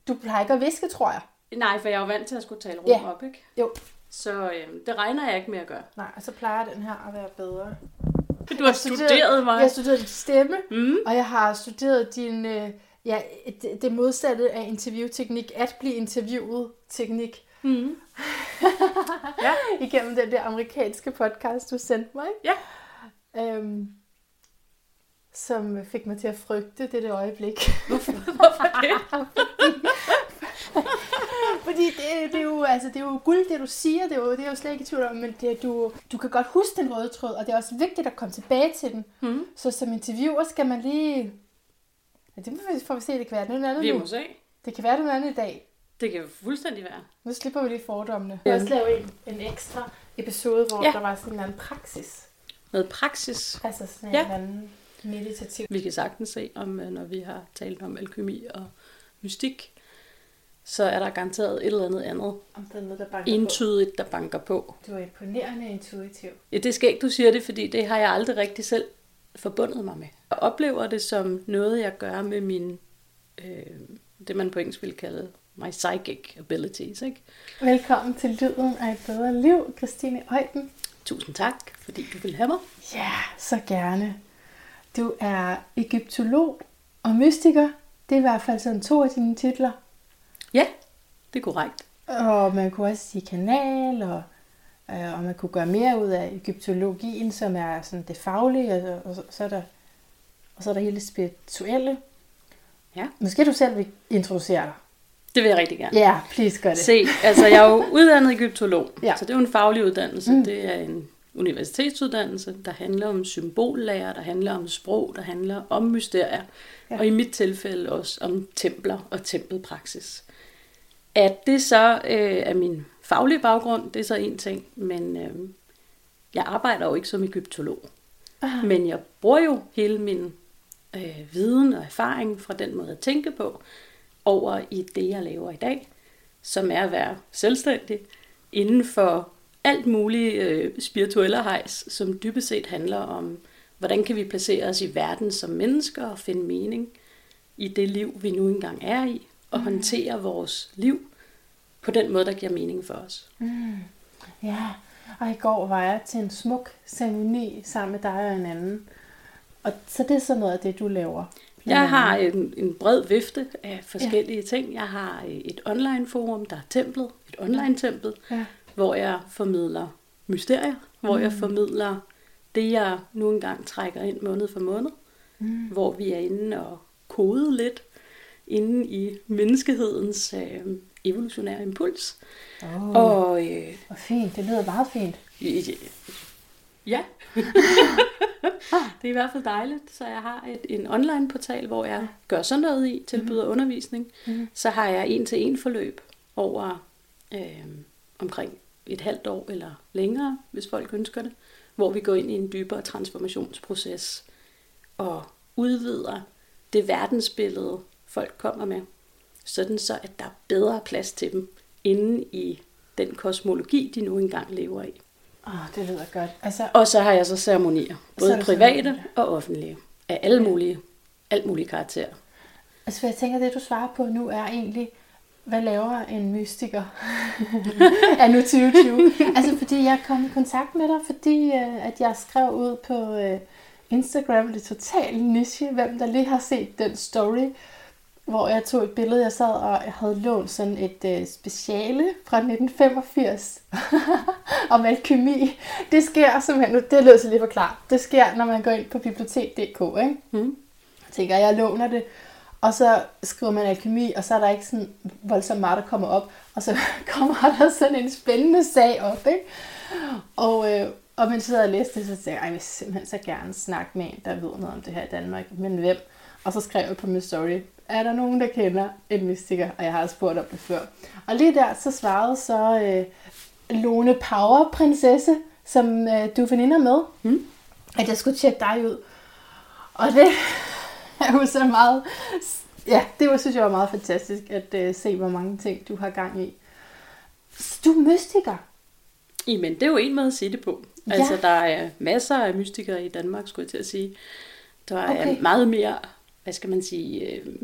Du plejer ikke at viske, tror jeg. Nej, for jeg er jo vant til at skulle tale rum op, ikke? Jo. Så det regner jeg ikke med at gøre. Nej, og så plejer den her at være bedre. Du har studeret mig. Jeg har studeret din stemme, og jeg har studeret din, det modsatte af interviewteknik, at blive interviewet teknik. Ja. Igennem den der amerikanske podcast, du sendte mig. Ja. Som fik mig til at frygte det øjeblik. Hvorfor det? Fordi det er jo guld, det du siger, det er jo slet ikke i tvivl om, men du kan godt huske den røde tråd, og det er også vigtigt at komme tilbage til den. Så som interviewer skal man lige... Ja, det får vi se, det kan være noget andet. Vi må se. Det kan være noget andet i dag. Det kan fuldstændig være. Nu slipper vi lige fordommene. Jeg vil også lave en ekstra episode, hvor der var sådan en anden praksis. Noget praksis? Altså sådan en anden meditativ. Vi kan sagtens se, om når vi har talt om alkymi og mystik, så er der garanteret et eller andet Om der er noget, der banker entydigt, der banker på. Du er imponerende intuitiv. Ja, det skal ikke, du siger det, fordi det har jeg aldrig rigtig selv forbundet mig med. Jeg oplever det som noget, jeg gør med min, det man på engelsk vil kalde my psychic abilities. Ikke? Velkommen til Lyden af et bedre liv, Christine Øjden. Tusind tak, fordi du vil have mig. Ja, så gerne. Du er egyptolog og mystiker. Det er i hvert fald sådan 2 af dine titler. Ja, det er korrekt. Og man kunne også sige kanal, og man kunne gøre mere ud af egyptologien, som er sådan det faglige, og så er der hele det spirituelle. Ja. Måske du selv vil introducere dig. Det vil jeg rigtig gerne. Ja, please gør det. Se, altså jeg er jo uddannet egyptolog, Ja. så det er jo en faglig uddannelse. Det er en universitetsuddannelse, der handler om symbollære, der handler om sprog, der handler om mysterier, og i mit tilfælde også om templer og tempelpraksis. At det så er min faglige baggrund, det er så en ting, men jeg arbejder jo ikke som egyptolog. Aha. Men jeg bruger jo hele min viden og erfaring fra den måde at tænke på, over i det, jeg laver i dag, som er at være selvstændig inden for alt muligt spirituelle hejs, som dybest set handler om, hvordan kan vi placere os i verden som mennesker og finde mening i det liv, vi nu engang er i, og håndtere vores liv på den måde, der giver mening for os. Ja, og i går var jeg til en smuk ceremoni sammen med dig og en anden. Og så det er sådan noget af det, du laver. Jeg har en bred vifte af forskellige ting. Jeg har et online forum, der er templet, et online tempel, hvor jeg formidler mysterier, hvor jeg formidler det, jeg nu engang trækker ind måned for måned, hvor vi er inde og kode lidt inde i menneskehedens evolutionære impuls. Og fint, det lyder meget fint. Ja, det er i hvert fald dejligt. Så jeg har en online portal, hvor jeg gør sådan noget i, tilbyder undervisning. Så har jeg 1-til-1 forløb over omkring et halvt år eller længere, hvis folk ønsker det, hvor vi går ind i en dybere transformationsproces og udvider det verdensbillede, folk kommer med, sådan så at der er bedre plads til dem inde i den kosmologi, de nu engang lever i. Det lyder godt. Altså, og så har jeg så ceremonier, både private og offentlige, af alt mulige karakterer. Altså, jeg tænker, det du svarer på nu er egentlig, hvad laver en mystiker af nu 2020? Altså, fordi jeg kom i kontakt med dig, fordi at jeg skrev ud på Instagram, det totalt niche, hvem der lige har set den story, hvor jeg tog et billede, jeg sad og jeg havde lånt sådan et speciale fra 1985 om alkymi. Det sker simpelthen, det lød så lige forklart, det sker, når man går ind på bibliotek.dk, ikke? Jeg tænker, jeg låner det, og så skriver man alkymi, og så er der ikke sådan voldsomt meget, der kommer op, og så kommer der sådan en spændende sag op, ikke? Og mens jeg sad og læste det, så tænkte jeg vil simpelthen så gerne snakke med en, der ved noget om det her i Danmark, men hvem? Og så skrev jeg på min story, er der nogen, der kender en mystiker? Og jeg har spurgt om det før. Og lige der, så svarede så Lone Power, prinsesse, som du er veninder med, at jeg skulle tjekke dig ud. Og det er jo så meget, synes jeg var meget fantastisk, at se, hvor mange ting du har gang i. Så du er mystiker? Jamen, det er jo en måde at sige det på. Ja. Altså, der er masser af mystikere i Danmark, skulle jeg til at sige. Der er meget mere, hvad skal man sige,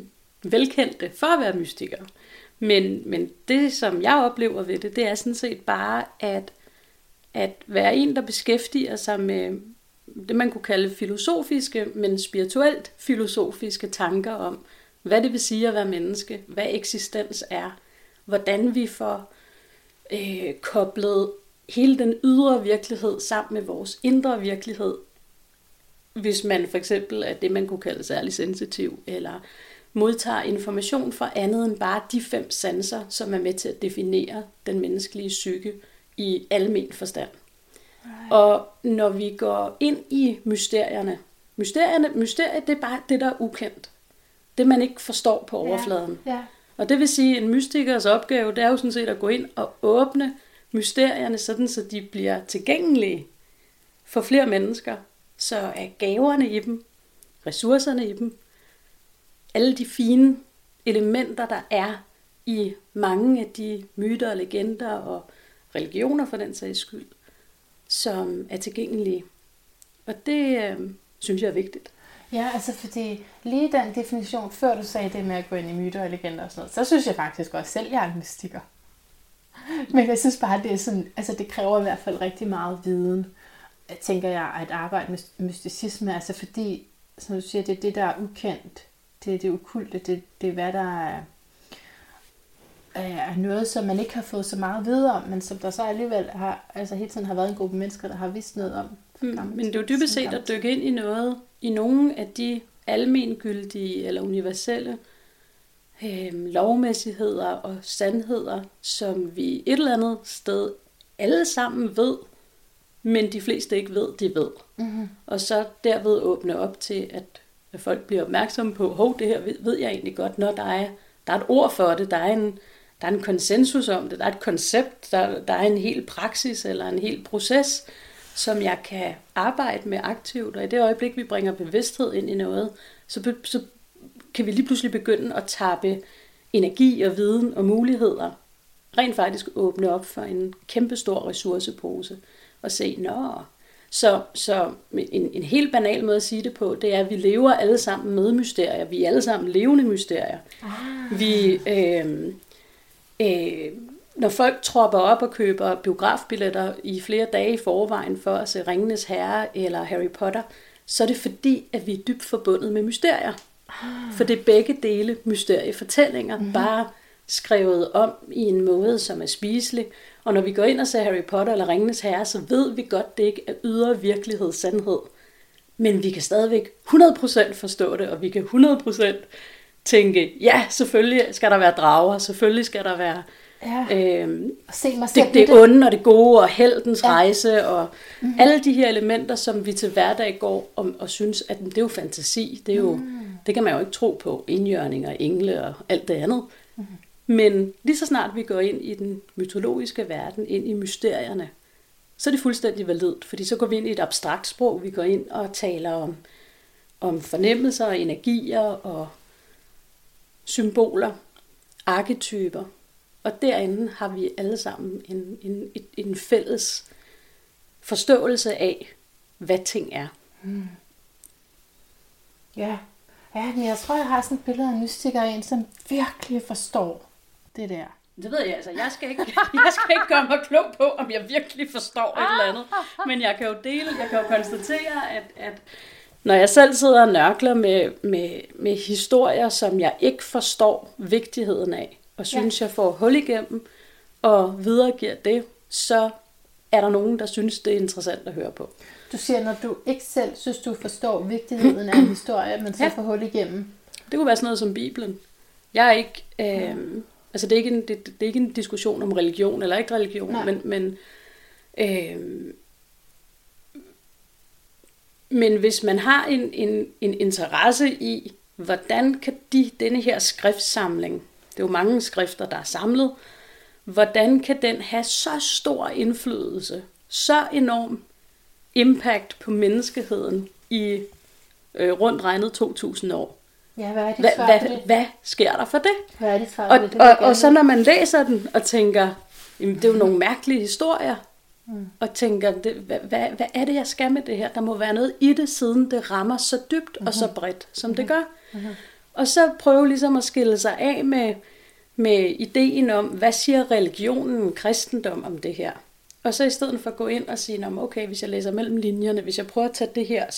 velkendte for at være mystikere. Men det, som jeg oplever ved det, det er sådan set bare, at være en, der beskæftiger sig med det, man kunne kalde filosofiske, men spirituelt filosofiske tanker om, hvad det vil sige at være menneske, hvad eksistens er, hvordan vi får koblet hele den ydre virkelighed sammen med vores indre virkelighed, hvis man for eksempel er det, man kunne kalde særlig sensitiv, eller modtager information fra andet end bare de 5 sanser, som er med til at definere den menneskelige psyke i almen forstand. Right. Og når vi går ind i mysterierne, mysteriet, det er bare det, der er ukendt. Det, man ikke forstår på overfladen. Ja. Og det vil sige, at en mystikers opgave, det er jo sådan set at gå ind og åbne mysterierne, sådan så de bliver tilgængelige for flere mennesker. Så er gaverne i dem, ressourcerne i dem, alle de fine elementer, der er i mange af de myter og legender og religioner for den sags skyld, som er tilgængelige. Og det synes jeg er vigtigt. Ja, altså fordi lige den definition, før du sagde det med at gå ind i myter og legender og sådan noget, så synes jeg faktisk også selv, jeg er en mystiker. Men jeg synes bare, det er sådan, altså det kræver i hvert fald rigtig meget viden, tænker jeg, at arbejde med mysticisme, altså fordi, som du siger, det er det, der er ukendt, det er det okulte, det er hvad der er noget, som man ikke har fået så meget vide om, men som der så alligevel har, altså hele tiden har været en gruppe mennesker, der har vidst noget om. Men det er jo dybest set at dykke ind i noget, i nogle af de almengyldige eller universelle lovmæssigheder og sandheder, som vi et eller andet sted alle sammen ved, men de fleste ikke ved, de ved. Mm-hmm. Og så derved åbne op til, at folk bliver opmærksomme på, det her ved jeg egentlig godt, når der er et ord for det, der er en konsensus om det, der er et koncept, der er en hel praksis eller en hel proces, som jeg kan arbejde med aktivt. Og i det øjeblik, vi bringer bevidsthed ind i noget, så kan vi lige pludselig begynde at tappe energi og viden og muligheder. Rent faktisk åbne op for en kæmpestor ressourcepose og se, Så en helt banal måde at sige det på, det er, at vi lever alle sammen med mysterier. Vi er alle sammen levende mysterier. Vi, når folk tropper op og køber biografbilletter i flere dage i forvejen for at se Ringenes Herre eller Harry Potter, så er det fordi, at vi er dybt forbundet med mysterier. For det er begge dele mysteriefortællinger, bare skrevet om i en måde, som er spiselig. Og når vi går ind og ser Harry Potter eller Ringenes Herre, så ved vi godt, det ikke er ydre virkelighed sandhed. Men vi kan stadigvæk 100% forstå det, og vi kan 100% tænke, ja, selvfølgelig skal der være drager, selvfølgelig skal der være se mig selv det onde og det gode og heltens rejse og alle de her elementer, som vi til hverdag går og synes, at det er jo fantasi, det er jo, det kan man jo ikke tro på, indjørninger, engle og alt det andet. Men lige så snart vi går ind i den mytologiske verden, ind i mysterierne, så er det fuldstændig validt, fordi så går vi ind i et abstrakt sprog, vi går ind og taler om fornemmelser og energier og symboler, arketyper. Og derinde har vi alle sammen en fælles forståelse af, hvad ting er. Ja, men jeg tror, jeg har sådan et billede af en mystiker, en som virkelig forstår det der. Det ved jeg altså. Jeg skal ikke gøre mig klog på, om jeg virkelig forstår et eller andet. Men jeg kan jo konstatere, at når jeg selv sidder og nørkler med historier, som jeg ikke forstår vigtigheden af, og synes, jeg får hul igennem og videregiver det, så er der nogen, der synes, det er interessant at høre på. Du siger, når du ikke selv synes, du forstår vigtigheden af en historie, men så får hul igennem. Det kunne være sådan noget som Bibelen. Jeg er ikke... Altså det er ikke en diskussion om religion eller ikke religion, men hvis man har en interesse i, hvordan kan denne her skriftsamling, det er jo mange skrifter, der er samlet, hvordan kan den have så stor indflydelse, så enorm impact på menneskeheden i rundt regnet 2000 år? Ja, hvad er dit svar på det? Hvad sker der for det? Hvad er dit svar på det? Og så når man læser den og tænker, jamen, det er jo nogle mærkelige historier, og tænker, hvad er det, jeg skal med det her? Der må være noget i det, siden det rammer så dybt og så bredt, som det gør. Og så prøve ligesom at skille sig af med ideen om, hvad siger religionen, kristendom om det her. Og så i stedet for at gå ind og sige, okay, hvis jeg læser mellem linjerne, hvis jeg prøver at tage det her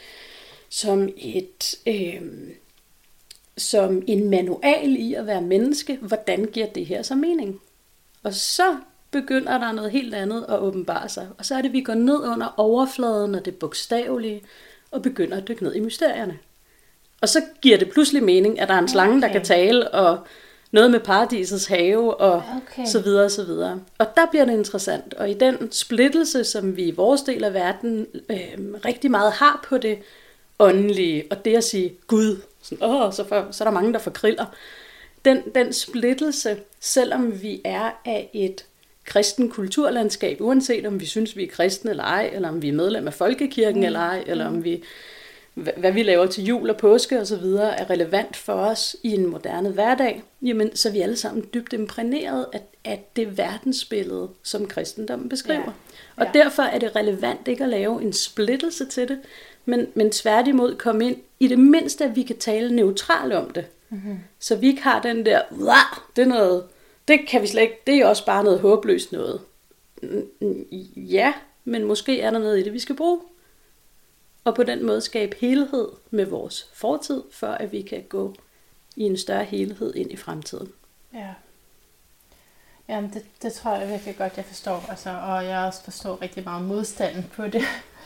som en manual i at være menneske, hvordan giver det her så mening? Og så begynder der noget helt andet at åbenbare sig. Og så er det, vi går ned under overfladen og det bogstavelige, og begynder at dykke ned i mysterierne. Og så giver det pludselig mening, at der er en slange, der kan tale, og noget med paradisets have, og så videre, og så videre. Og der bliver det interessant. Og i den splittelse, som vi i vores del af verden rigtig meget har på det åndelige, og det at sige Gud, sådan, så er der mange, der forkriller. Den splittelse, selvom vi er af et kristen kulturlandskab, uanset om vi synes, vi er kristne eller ej, eller om vi er medlem af folkekirken eller ej, eller om vi, hvad vi laver til jul og påske og så videre, er relevant for os i en moderne hverdag, jamen så er vi alle sammen dybt imprægneret af det verdensbillede, som kristendommen beskriver. Ja. Og derfor er det relevant ikke at lave en splittelse til det, men tværtimod komme ind, i det mindste, at vi kan tale neutralt om det. Mm-hmm. Så vi ikke har den der, det er noget, det kan vi slet ikke, det er også bare noget håbløst noget. Ja, men måske er der noget i det, vi skal bruge. Og på den måde skabe helhed med vores fortid, for at vi kan gå i en større helhed ind i fremtiden. Ja. Jamen, det tror jeg virkelig godt, jeg forstår. Altså, og jeg også forstår rigtig meget modstanden på det.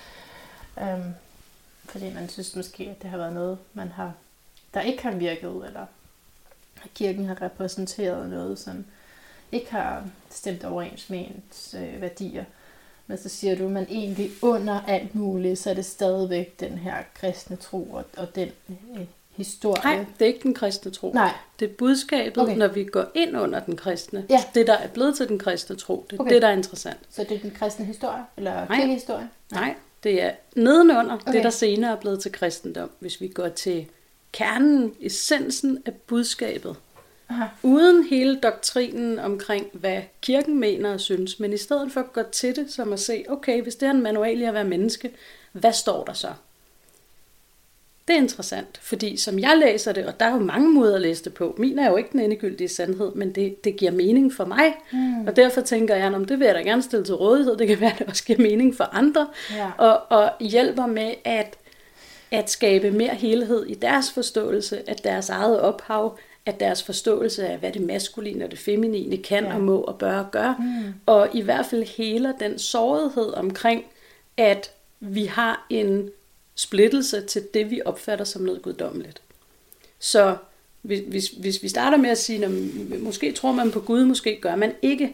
Fordi man synes måske, at det har været noget, der ikke har virket, eller kirken har repræsenteret noget, som ikke har stemt overens med ens værdier. Men så siger du, at man egentlig under alt muligt, så er det stadigvæk den her kristne tro og den historie. Nej, det er ikke den kristne tro. Nej. Det er budskabet, når vi går ind under den kristne. Ja. Det, der er blevet til den kristne tro, det er det, der er interessant. Så det er den kristne historie, eller kirkehistorie? Nej, det er nedenunder det, der senere er blevet til kristendom. Hvis vi går til kernen, essensen af budskabet. Aha. Uden hele doktrinen omkring, hvad kirken mener og synes, men i stedet for at gå til det, som at se, okay, hvis det er en manual i at være menneske, hvad står der så? Det er interessant, fordi som jeg læser det, og der er jo mange måder at læse det på, min er jo ikke den endegyldige sandhed, men det giver mening for mig, og derfor tænker jeg, om det vil jeg da gerne stille til rådighed, det kan være, at det også giver mening for andre, og hjælper med at skabe mere helhed i deres forståelse af deres eget ophav, at deres forståelse af, hvad det maskuline og det feminine kan og må og bør og gøre, og i hvert fald heler den sårighed omkring, at vi har en splittelse til det, vi opfatter som noget guddommeligt. Så hvis vi starter med at sige, måske tror man på Gud, måske gør man ikke.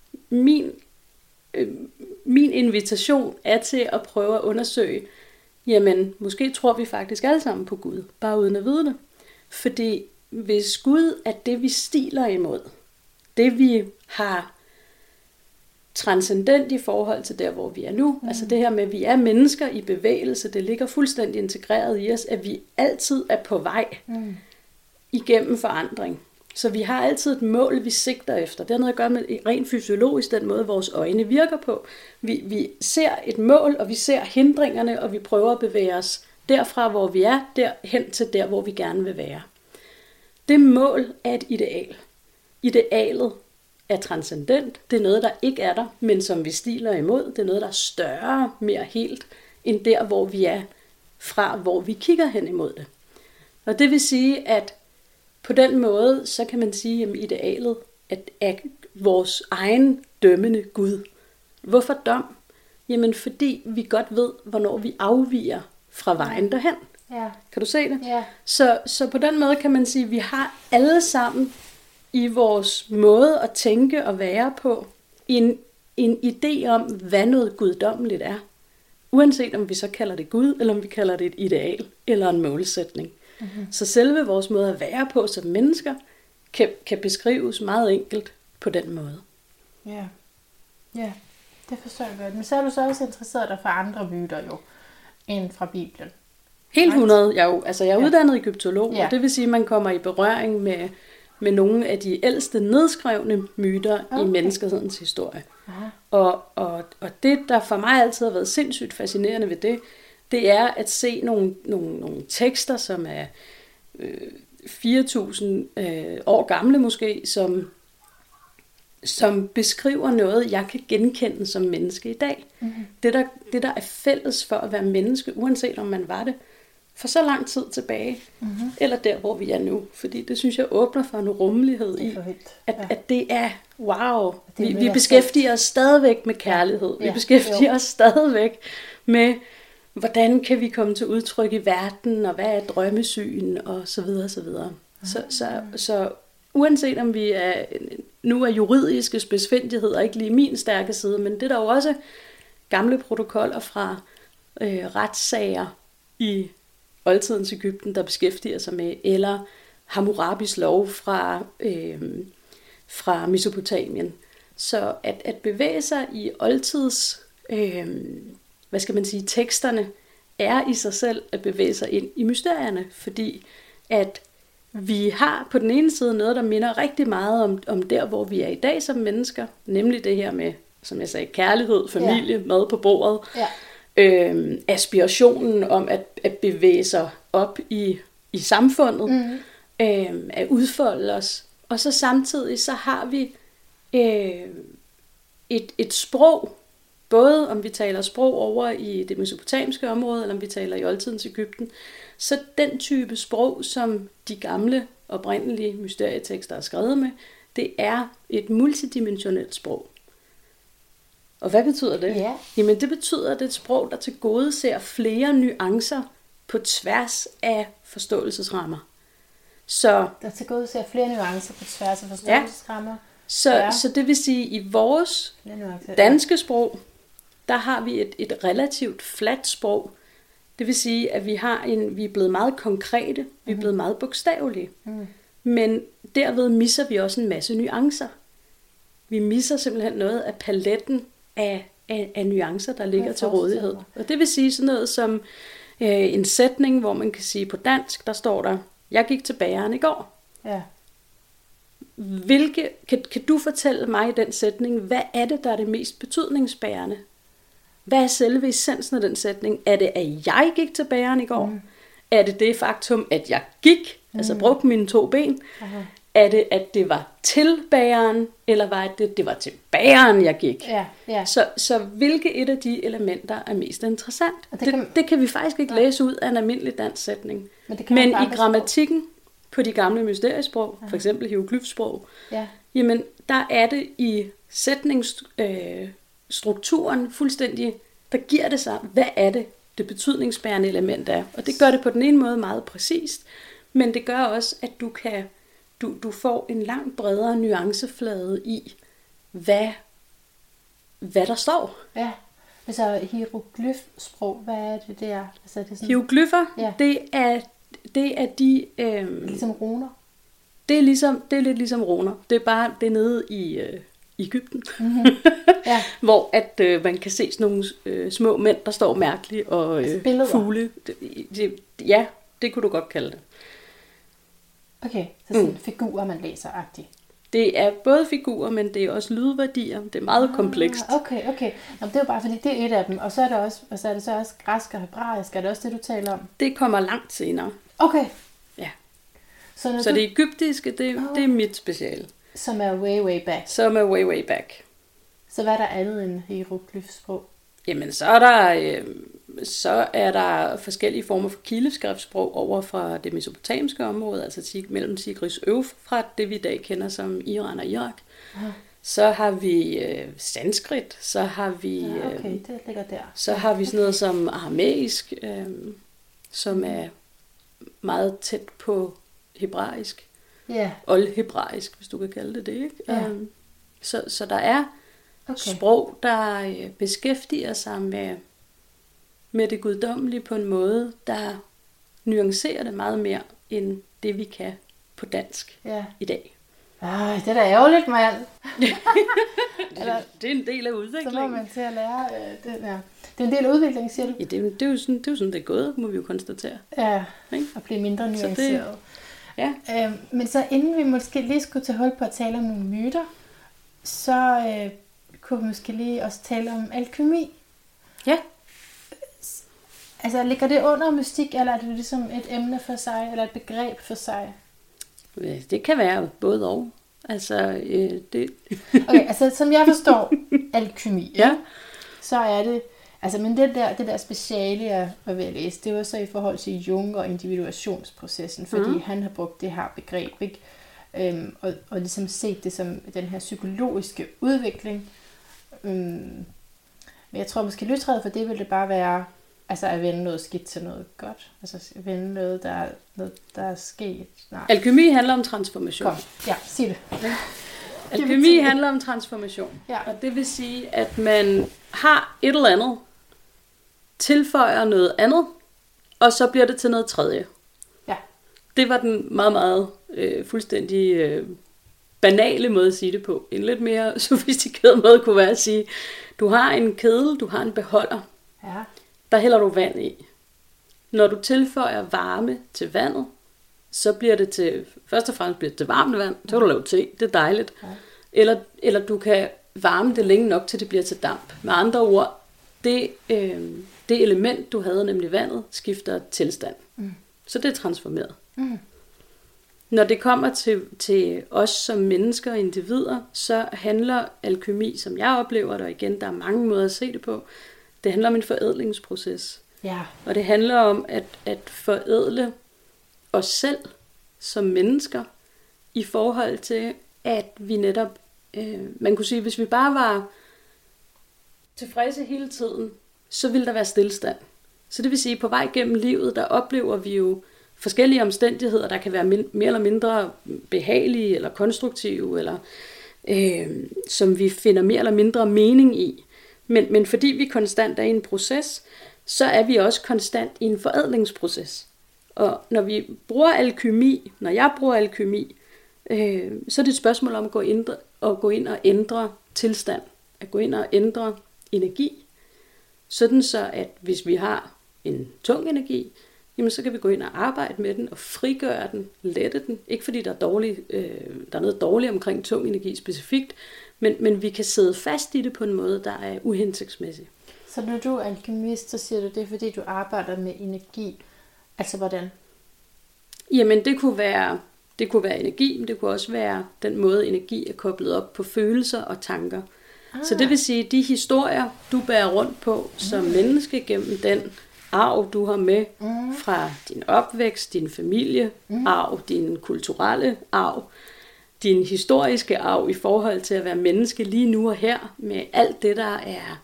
Min invitation er til at prøve at undersøge, jamen måske tror vi faktisk alle sammen på Gud, bare uden at vide det. Fordi hvis Gud er det, vi stiler imod, det vi har transcendent i forhold til der, hvor vi er nu, altså det her med, at vi er mennesker i bevægelse, det ligger fuldstændig integreret i os, at vi altid er på vej igennem forandring. Så vi har altid et mål, vi sigter efter. Det har noget at gøre med rent fysiologisk, den måde, vores øjne virker på. Vi ser et mål, og vi ser hindringerne, og vi prøver at bevæge os derfra, hvor vi er, derhen til der, hvor vi gerne vil være. Det mål er et ideal. Idealet er transcendent. Det er noget, der ikke er der, men som vi stiler imod. Det er noget, der er større, mere helt, end der, hvor vi er fra, hvor vi kigger hen imod det. Og det vil sige, at på den måde, så kan man sige, at idealet er vores egen dømmende Gud. Hvorfor dom? Jamen fordi vi godt ved, hvornår vi afviger fra vejen derhen. Ja. Kan du se det? Ja. Så på den måde kan man sige, at vi har alle sammen i vores måde at tænke og være på en idé om, hvad noget guddommeligt er. Uanset om vi så kalder det Gud, eller om vi kalder det et ideal eller en målsætning. Mm-hmm. Så selve vores måde at være på som mennesker kan beskrives meget enkelt på den måde. Ja, det forstår jeg godt. Men så er du så også interesseret dig for andre myter jo, end fra Bibelen. Helt 100. Jeg er uddannet egyptolog, og det vil sige, at man kommer i berøring med nogle af de ældste nedskrevne myter i menneskehedens historie. Og det, der for mig altid har været sindssygt fascinerende ved det er at se nogle tekster, som er år gamle måske, som beskriver noget, jeg kan genkende som menneske i dag. Mm-hmm. Det, der er fælles for at være menneske, uanset om man var det for så lang tid tilbage, Mm-hmm. eller der, hvor vi er nu. Fordi det synes jeg åbner for en rummelighed i, at det er, wow, vi beskæftiger os stadigvæk med kærlighed. Vi beskæftiger os stadigvæk med, hvordan kan vi komme til udtryk i verden, og hvad er drømmesyn, og så videre, så videre. Så uanset om vi nu er juridiske spidsfindigheder, ikke lige min stærke side, men det er der jo også gamle protokoller fra retssager i oldtidens Egypten, der beskæftiger sig med, eller Hammurabis lov fra Mesopotamien. Så at bevæge sig i oldtids, teksterne, er i sig selv at bevæge sig ind i mysterierne, fordi at vi har på den ene side noget, der minder rigtig meget om der, hvor vi er i dag som mennesker, nemlig det her med, som jeg sagde, kærlighed, familie, mad på bordet, aspirationen om at bevæge sig op i samfundet, at udfolde os. Og så samtidig så har vi et sprog, både om vi taler sprog over i det mesopotamiske område, eller om vi taler i oldtidens Egypten, så den type sprog, som de gamle oprindelige mysterietekster er skrevet med, det er et multidimensionelt sprog. Og hvad betyder det? Ja. Jamen det betyder, at det er et sprog, der tilgodeser flere nuancer på tværs af forståelsesrammer. Der tilgodeser flere nuancer på tværs af forståelsesrammer. Så det vil sige, at i vores danske sprog, der har vi et relativt fladt sprog. Det vil sige, at vi er blevet meget konkrete, vi er blevet meget bogstavelige. Men derved misser vi også en masse nuancer. Vi misser simpelthen noget af paletten af nuancer, der ligger til rådighed. Og det vil sige sådan noget som en sætning, hvor man kan sige på dansk, der står der, jeg gik til bageren i går. Ja. Kan du fortælle mig i den sætning, hvad er det, der er det mest betydningsbærende? Hvad er selve essensen af den sætning? Er det, at jeg gik til bageren i går? Er det faktum, at jeg gik, altså brugte mine 2 ben? Aha. Er det, at det var til bageren, eller var det var til bageren, jeg gik? Ja. Så hvilke et af de elementer er mest interessant? Det kan vi faktisk ikke læse ud af en almindelig dansk sætning. Men i grammatikken på de gamle mysteriesprog, for eksempel hieroglyfsprog, jamen der er det i sætningsstrukturen fuldstændig, der giver det sig, hvad er det betydningsbærende element er. Og det gør det på den ene måde meget præcist, men det gør også, at du får en langt bredere nuanceflade i, hvad der står. Ja, altså hieroglyfsprog, hvad er det der? Altså, det er sådan... Hieroglyffer, det er de... ligesom runer? Det er lidt ligesom runer. Det er nede i Egypten. Ja. Hvor at man kan se sådan nogle små mænd, der står mærkeligt, og fugle. Det kunne du godt kalde det. Okay, så sådan figurer, man læser-agtigt. Det er både figurer, men det er også lydværdier. Det er meget komplekst. Okay. Nå, det er jo bare fordi, det er et af dem. Og så er det så også græsk og hebraisk. Er det også det, du taler om? Det kommer langt senere. Okay. Ja. Så det egyptiske, det er mit speciale. Som er way back. Way back. Så hvad er der andet end hieroglyfsprog? Jamen, så er der forskellige former for kileskriftsprog over fra det mesopotamiske område, altså mellem Tigris og Eufrat, det vi i dag kender som Iran og Irak. Så har vi sanskrit, så har vi det ligger der. Så har vi sådan noget som aramæisk, som er meget tæt på hebraisk. Oldhebraisk, hvis du kan kalde det ikke? Så der er sprog, der beskæftiger sig med det guddommelige på en måde, der nuancerer det meget mere, end det vi kan på dansk i dag. Det er da ærgerligt, mand. Det er en del af udviklingen. Så må man til at lære det der. Det er en del af udviklingen, siger du? Ja, det er jo sådan, det er gået, må vi jo konstatere. Ja, og blive mindre nuanceret. Men så inden vi måske lige skulle tage hul på at tale om nogle myter, så kunne vi måske lige også tale om alkymi. Ja. Altså, ligger det under mystik, eller er det ligesom et emne for sig, eller et begreb for sig? Det kan være både og. Altså, det... Okay, altså som jeg forstår alkymi, Ja. så er det, altså men det der speciale, jeg var ved at læse, det var så i forhold til Jung og individuationsprocessen, fordi han har brugt det her begreb, ikke? Og ligesom set det som den her psykologiske udvikling. Men jeg tror måske løsredet for det vil det bare være, altså at vende noget skidt til noget godt. Altså at vende noget, der er sket. Nej. Alkymi handler om transformation. Kom, ja, sig det. Alkymi handler om transformation. Ja. Og det vil sige, at man har et eller andet, tilføjer noget andet, og så bliver det til noget tredje. Ja. Det var den meget, meget fuldstændig banale måde at sige det på. En lidt mere sofistikeret måde kunne være at sige, du har en kedel, du har en beholder. Ja. Der hælder du vand i. Når du tilføjer varme til vandet, så bliver det til, først og fremmest bliver det til varmt vand, så kan du lave te, det er dejligt. Ja. Eller du kan varme det længe nok, til det bliver til damp. Med andre ord, det element, du havde, nemlig vandet, skifter tilstand. Så det er transformeret. Når det kommer til os som mennesker og individer, så handler alkymi, som jeg oplever det, og igen, der er mange måder at se det på, det handler om en forædlingsproces. Ja. Og det handler om at forædle os selv som mennesker i forhold til, at vi netop, man kunne sige, hvis vi bare var tilfredse hele tiden, så ville der være stillestand. Så det vil sige, at på vej gennem livet, der oplever vi jo forskellige omstændigheder, der kan være mere eller mindre behagelige eller konstruktive, eller som vi finder mere eller mindre mening i. Men fordi vi konstant er i en proces, så er vi også konstant i en forædlingsproces. Og når vi bruger alkymi, når jeg bruger alkymi, så er det et spørgsmål om at gå ind og ændre tilstand. At gå ind og ændre energi. Sådan så, at hvis vi har en tung energi, jamen så kan vi gå ind og arbejde med den og frigøre den, lette den. Ikke fordi der er noget dårligt omkring tung energi specifikt, men vi kan sidde fast i det på en måde, der er uhensigtsmæssig. Så når du er alkymist, så siger du det, fordi du arbejder med energi. Altså hvordan? Jamen det kunne være energi, men det kunne også være den måde, energi er koblet op på følelser og tanker. Så det vil sige, de historier, du bærer rundt på som menneske gennem den arv, du har med fra din opvækst, din familie, arv, din kulturelle arv, din historiske arv i forhold til at være menneske lige nu og her, med alt det, der er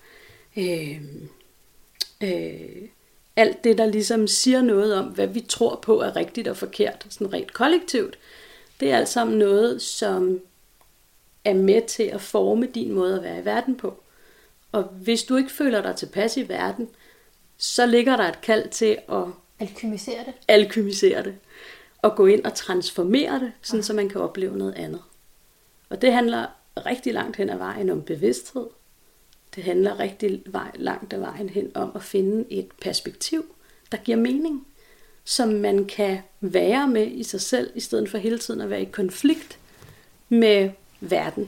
alt det, der ligesom siger noget om, hvad vi tror på er rigtigt og forkert, sådan rent kollektivt. Det er alt sammen noget, som er med til at forme din måde at være i verden på. Og hvis du ikke føler dig tilpas i verden, så ligger der et kald til at alkymisere det. Og gå ind og transformere det, sådan så man kan opleve noget andet. Og det handler rigtig langt hen ad vejen om bevidsthed. Det handler rigtig langt ad vejen hen om at finde et perspektiv, der giver mening. Som man kan være med i sig selv, i stedet for hele tiden at være i konflikt med verden.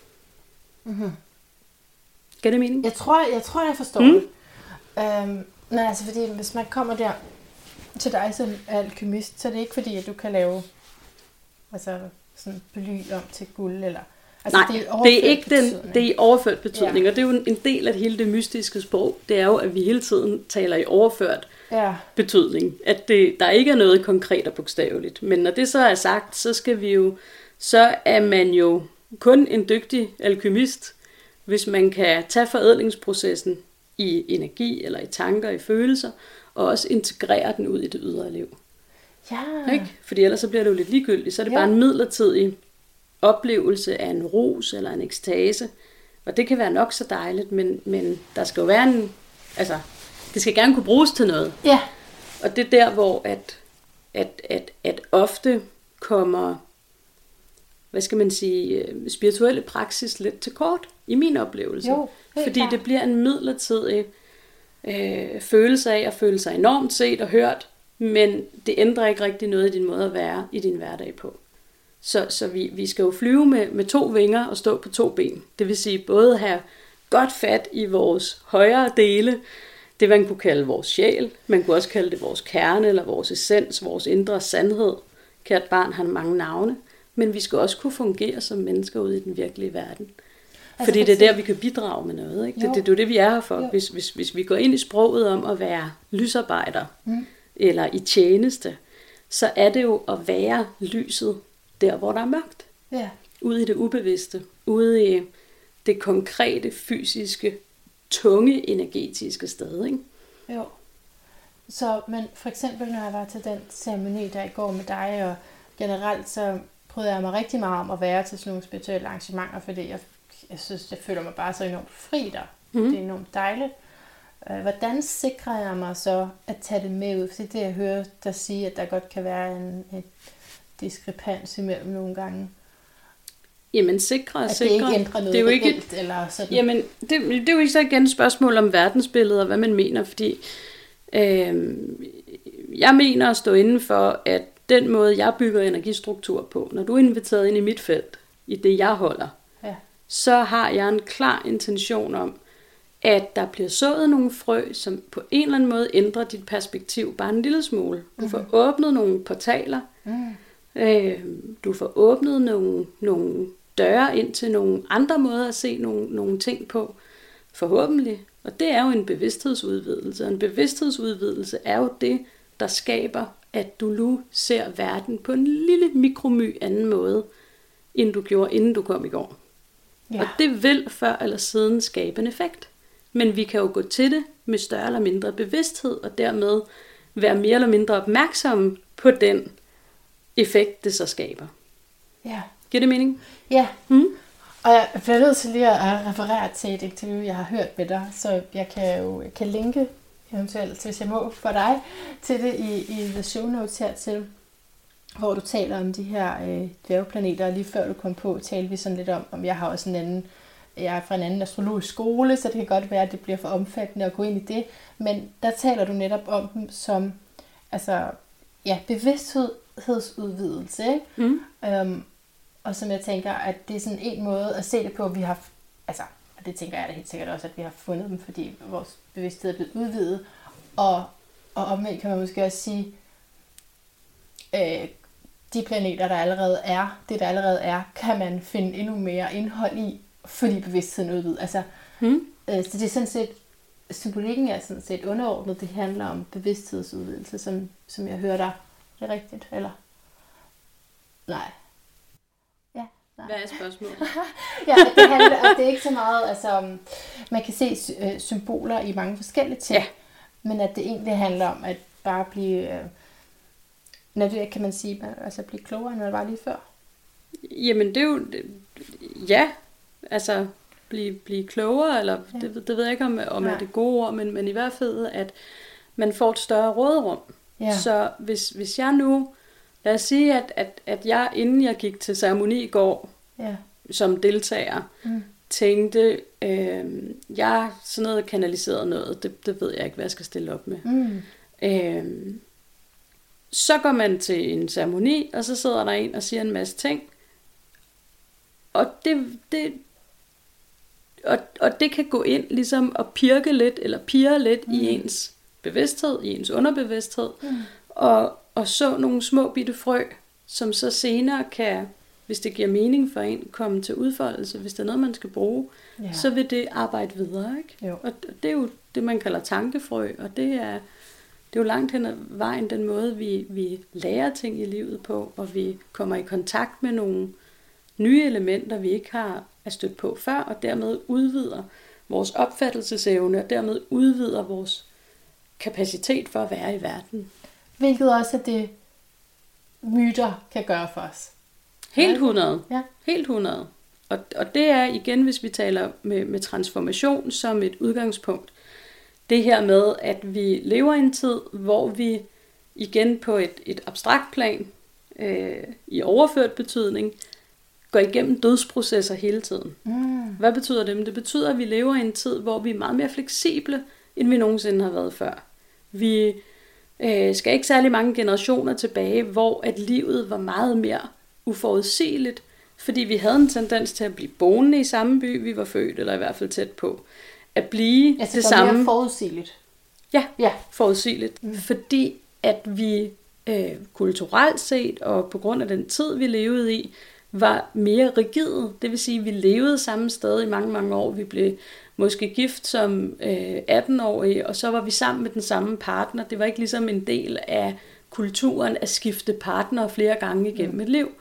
Giver det mening? Jeg tror, jeg forstår det. Men altså, fordi hvis man kommer der til dig som alkymist, så er det ikke fordi, at du kan lave sådan bly om til guld, eller... Altså, nej, det er ikke det er i overført betydning, og det er jo en del af hele det mystiske sprog, det er jo, at vi hele tiden taler i overført betydning, at der ikke er noget konkret og bogstaveligt. Men når det så er sagt, så er man jo kun en dygtig alkymist, hvis man kan tage forædlingsprocessen i energi, eller i tanker, i følelser, og også integrere den ud i det ydre liv. Ja. Ikke? Fordi ellers så bliver det jo lidt ligegyldigt, så er det bare en midlertidig oplevelse af en ros eller en ekstase. Og det kan være nok så dejligt, men der skal jo være det skal gerne kunne bruges til noget. Ja. Og det er der, hvor at ofte kommer, hvad skal man sige, spirituelle praksis lidt til kort, i min oplevelse. Jo, fordi det bliver en midlertidig følelse af at føle sig enormt set og hørt, men det ændrer ikke rigtig noget i din måde at være i din hverdag på. Så vi skal jo flyve med 2 vinger og stå på 2 ben. Det vil sige både have godt fat i vores højere dele, det man kunne kalde vores sjæl, man kunne også kalde det vores kerne eller vores essens, vores indre sandhed, kært barn har mange navne, men vi skal også kunne fungere som mennesker ude i den virkelige verden. Altså, fordi det er der, vi kan bidrage med noget. Ikke? Det er jo det, vi er her for. Hvis vi går ind i sproget om at være lysarbejder, eller i tjeneste, så er det jo at være lyset der, hvor der er mørkt. Ja. Ude i det ubevidste. Ude i det konkrete, fysiske, tunge, energetiske sted. Ikke? Jo. Så, men for eksempel, når jeg var til den ceremoni, der i går med dig, og generelt så prøvede jeg mig rigtig meget om at være til sådan nogle spirituelle arrangementer, fordi jeg synes, jeg føler mig bare så enormt fri der. Det er enormt dejligt. Hvordan sikrer jeg mig så at tage det med ud? Fordi det, jeg hører der sige, at der godt kan være en diskrepans imellem nogle gange. Jamen sikre. Det ikke ændrer noget, det er jo ikke eller sådan. Jamen, det er jo ikke så igen et spørgsmål om verdensbilleder, og hvad man mener, fordi jeg mener at stå inden for, at den måde, jeg bygger energistruktur på, når du er inviteret ind i mit felt, i det jeg holder, så har jeg en klar intention om, at der bliver sået nogle frø, som på en eller anden måde ændrer dit perspektiv bare en lille smule. Du får åbnet nogle portaler, du får åbnet nogle døre ind til nogle andre måder at se nogle ting på, forhåbentlig. Og det er jo en bevidsthedsudvidelse, og en bevidsthedsudvidelse er jo det, der skaber, at du nu ser verden på en lille mikromy anden måde, end du gjorde, inden du kom i går. Ja. Og det vil før eller siden skabe en effekt. Men vi kan jo gå til det med større eller mindre bevidsthed, og dermed være mere eller mindre opmærksomme på den effekt, det så skaber. Ja. Giver det mening? Ja. Og jeg bliver nødt til lige at referere til et interview, jeg har hørt med dig, så jeg kan linke eventuelt, hvis jeg må, for dig, til det i the show notes hertil, hvor du taler om de her dværgplaneter, og lige før du kom på, talte vi sådan lidt om jeg har også jeg er fra en anden astrologisk skole, så det kan godt være, at det bliver for omfattende at gå ind i det, men der taler du netop om dem som bevidsthedsudvidelse, ikke? Og som jeg tænker, at det er sådan en måde at se det på, at vi har, og det tænker jeg da helt sikkert også, at vi har fundet dem, fordi vores bevidsthed er blevet udvidet, og omvendt kan man måske også sige, de planeter, der allerede er, kan man finde endnu mere indhold i, fordi bevidstheden er udvidet. Så det er sådan set, symbolikken er sådan set underordnet, det handler om bevidsthedsudvidelse, som jeg hører dig. Det er rigtigt, eller? Nej. Nej. Hvad er spørgsmålet? Det er ikke så meget, man kan se symboler i mange forskellige ting, men at det egentlig handler om at bare blive, kan man sige, blive klogere, end man var lige før. Jamen det er jo, blive klogere, eller det ved jeg ikke om er det gode ord, men i hvert fald, at man får et større råderum. Ja. Så hvis jeg nu, lad os sige, at jeg, inden jeg gik til ceremoni i går, som deltager, tænkte, jeg sådan noget kanaliseret noget, det ved jeg ikke, hvad jeg skal stille op med. Så går man til en ceremoni, og så sidder der en og siger en masse ting, og det kan gå ind ligesom og pirke lidt, eller pirre lidt i ens bevidsthed, i ens underbevidsthed, og så nogle små bitte frø, som så senere kan, hvis det giver mening for en, komme til udfoldelse. Hvis det er noget, man skal bruge, så vil det arbejde videre. Ikke? Og det er jo det, man kalder tankefrø, og det er jo langt hen ad vejen den måde, vi lærer ting i livet på, og vi kommer i kontakt med nogle nye elementer, vi ikke har stødt på før, og dermed udvider vores opfattelsesevne, og dermed udvider vores kapacitet for at være i verden. Hvilket også er det, myter kan gøre for os. Helt 100. Ja. Helt 100. Og det er igen, hvis vi taler med transformation som et udgangspunkt, det her med, at vi lever i en tid, hvor vi igen på et abstrakt plan, i overført betydning, går igennem dødsprocesser hele tiden. Hvad betyder det? Det betyder, at vi lever i en tid, hvor vi er meget mere fleksible, end vi nogensinde har været før. Vi skal ikke særlig mange generationer tilbage, hvor at livet var meget mere uforudsigeligt, fordi vi havde en tendens til at blive boende i samme by, vi var født, eller i hvert fald tæt på. At blive det samme. Mere forudsigeligt. Ja, forudsigeligt. Fordi at vi kulturelt set, og på grund af den tid, vi levede i, var mere rigide. Det vil sige, at vi levede samme sted i mange, mange år. Vi blev måske gift som 18-årige, og så var vi sammen med den samme partner. Det var ikke ligesom en del af kulturen at skifte partner flere gange igennem et liv.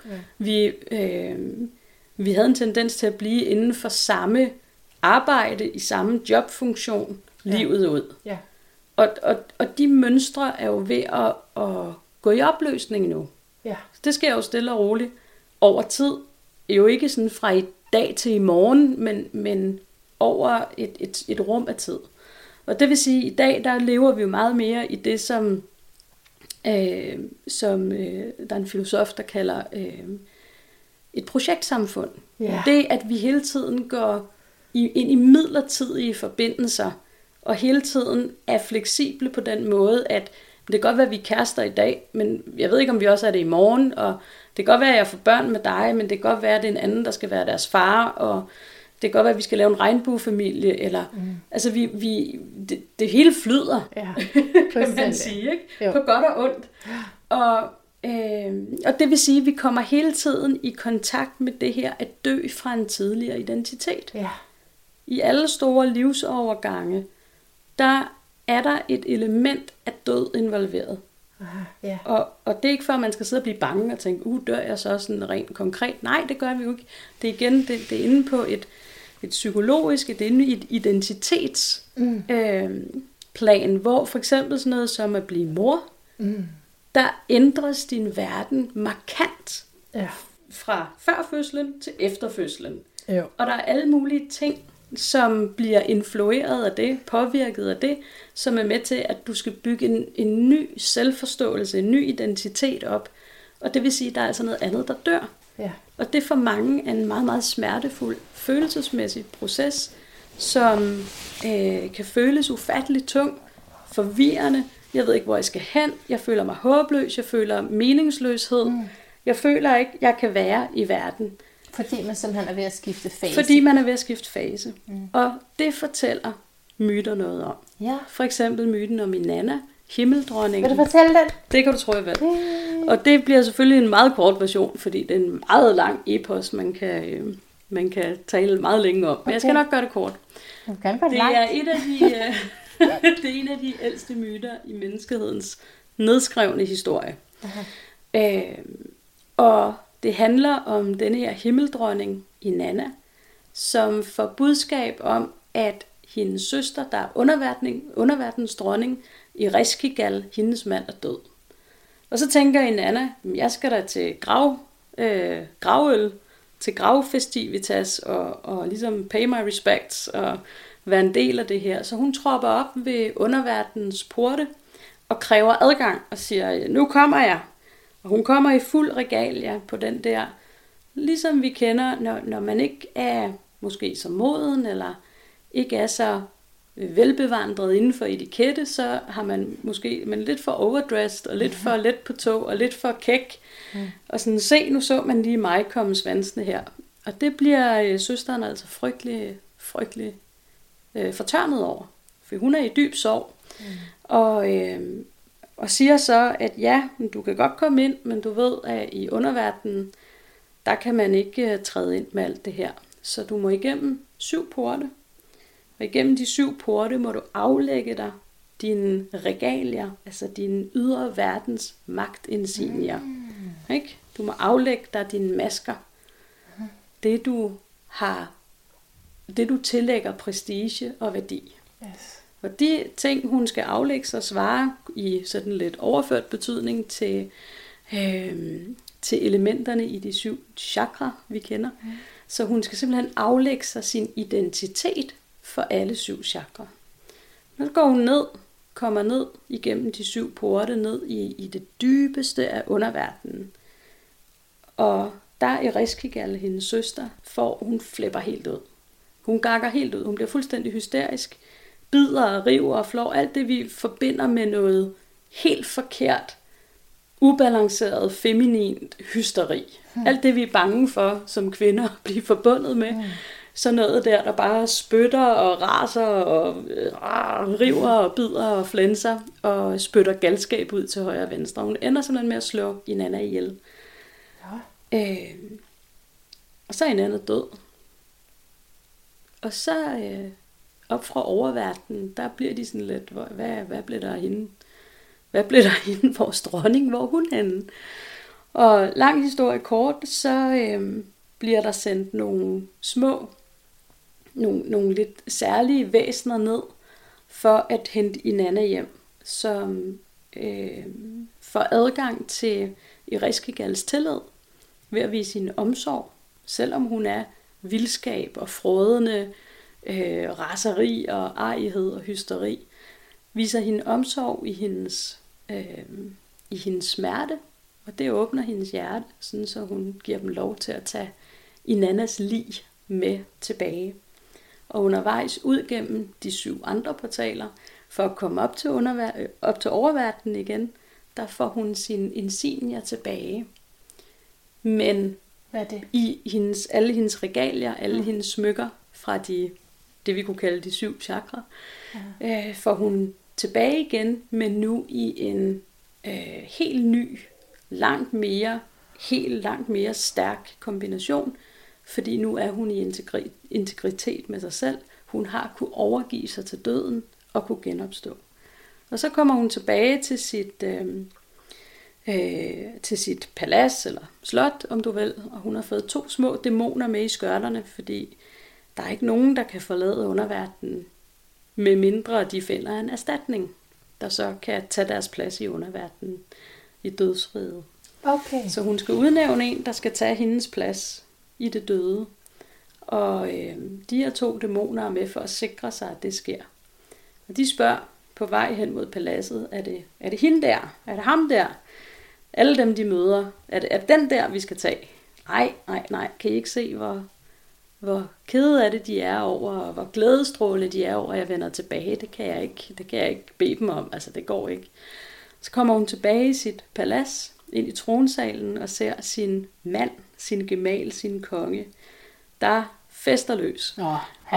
Vi havde en tendens til at blive inden for samme arbejde, i samme jobfunktion, livet ud. Ja. Og de mønstre er jo ved at gå i opløsning nu. Ja. Det sker jo stille og roligt over tid. Jo ikke sådan fra i dag til i morgen, men over et rum af tid. Og det vil sige, at i dag der lever vi jo meget mere i det, som der er en filosof, der kalder et projektsamfund. Ja. Det, at vi hele tiden går ind i midlertidige forbindelser, og hele tiden er fleksible på den måde, at det kan godt være, at vi er kærester i dag, men jeg ved ikke, om vi også er det i morgen, og det kan godt være, at jeg får børn med dig, men det kan godt være, at det er en anden, der skal være deres far, og det kan godt være, at vi skal lave en regnbuefamilie, eller altså det hele flyder, kan man sige, ikke? På godt og ondt. Og det vil sige, at vi kommer hele tiden i kontakt med det her at dø fra en tidligere identitet. Ja. I alle store livsovergange, der er der et element af død involveret. Ja. Og det er ikke for, at man skal sidde og blive bange og tænke, dør jeg så sådan rent konkret? Nej, det gør vi jo ikke. Det er igen, det er inde på et psykologisk, det er inde i et identitetsplan, hvor for eksempel sådan noget som at blive mor, der ændres din verden markant fra før fødslen til efter fødslen. Jo. Og der er alle mulige ting, som bliver influeret af det, påvirket af det, som er med til, at du skal bygge en ny selvforståelse, en ny identitet op. Og det vil sige, at der er altså noget andet, der dør. Ja. Og det for mange er en meget, meget smertefuld, følelsesmæssig proces, som kan føles ufatteligt tung, forvirrende. Jeg ved ikke, hvor jeg skal hen. Jeg føler mig håbløs. Jeg føler meningsløshed. Jeg føler ikke, jeg kan være i verden. Fordi man simpelthen er ved at skifte fase. Fordi man er ved at skifte fase. Og det fortæller myter noget om. Ja. For eksempel myten om Inanna, himmeldronningen. Vil du fortælle den? Det kan du tro, jeg vil. Og det bliver selvfølgelig en meget kort version, fordi det er en meget lang epos, man kan tale meget længe om. Men jeg skal nok gøre det kort. Du kan gøre det er det er en af de ældste myter i menneskehedens nedskrevne historie. Og det handler om denne her himmeldronning Inanna, som får budskab om, at hendes søster, der er underverdens dronning, Ereshkigal, hendes mand, er død. Og så tænker Inanna, jeg skal da til gravøl, til gravfestivitas, og ligesom pay my respects, og være en del af det her. Så hun tropper op ved underverdens porte, og kræver adgang, og siger, nu kommer jeg. Og hun kommer i fuld regalia på den der, ligesom vi kender, når man ikke er måske så moden, eller ikke er så velbevandret inden for etikette, så har man måske lidt for overdressed, og lidt for let på tog, og lidt for kæk. Og sådan, se, nu så man lige mig komme svansende her. Og det bliver søsteren altså frygtelig fortørnet over, for hun er i dyb sorg. Og siger så, at ja, du kan godt komme ind, men du ved, at i underverdenen, der kan man ikke træde ind med alt det her. Så du må igennem 7 porte. Og igennem de 7 porte må du aflægge dig dine regalier, altså din ydre verdens magtinsignier. Ikke? Du må aflægge dig dine masker. Det du tillægger prestige og værdi. Yes. Og de ting, hun skal aflægge sig, svarer i sådan lidt overført betydning til elementerne i de 7 chakra, vi kender. Så hun skal simpelthen aflægge sig sin identitet for alle 7 chakra. Nu går hun kommer ned igennem de 7 porte, ned i det dybeste af underverdenen. Og der er Ereshkigal, hendes søster, hun flipper helt ud. Hun gakker helt ud. Hun bliver fuldstændig hysterisk. Bider og river og flår. Alt det, vi forbinder med noget helt forkert, ubalanceret, feminint hysteri. Alt det, vi er bange for som kvinder at blive forbundet med. sådan noget der bare spytter og raser og river og bider og flænser og spytter galskab ud til højre og venstre. Hun ender simpelthen med at slå Inanna ihjel. Ja. Og så er Inanna død. Og så op fra oververdenen, der bliver de sådan lidt, hvad blev der af hende? Hvad blev der af hende, vores dronning? Hvor er hun henne? Og lang historie kort, så bliver der sendt nogle små, nogle lidt særlige væsener ned, for at hente Inanna hjem, som får adgang til Ereshkigals tillid ved at vise sin omsorg, selvom hun er vildskab og frådende, raseri og arighed og hysteri, viser hende omsorg i hendes smerte, og det åbner hendes hjerte, sådan så hun giver dem lov til at tage Inannas lig med tilbage. Og undervejs ud gennem de 7 andre portaler, for at komme op til oververdenen igen, der får hun sine insignier tilbage. Men hvad er det? I alle hendes regalier, alle hendes smykker fra det vi kunne kalde de 7 chakra, får hun tilbage igen, men nu i en helt ny, langt mere stærk kombination, fordi nu er hun i integritet med sig selv. Hun har kunne overgive sig til døden og kunne genopstå. Og så kommer hun tilbage til sit palads eller slot, om du vil, og hun har fået 2 små dæmoner med i skørterne, fordi der er ikke nogen, der kan forlade underverdenen, med mindre de finder en erstatning, der så kan tage deres plads i underverdenen, i dødsriget. Okay. Så hun skal udnævne en, der skal tage hendes plads i det døde. Og de her 2 dæmoner er med for at sikre sig, at det sker. Og de spørger på vej hen mod paladset, er det hende der? Er det ham der? Alle dem, de møder, er det den der, vi skal tage? Nej, kan I ikke se, hvor kede af det de er over, og hvor glædestrålende de er over, at jeg vender tilbage? Det kan jeg ikke bede dem om, altså det går ikke. Så kommer hun tilbage i sit palads, ind i tronsalen, og ser sin mand, sin gemal, sin konge, der fester løs. Nå, han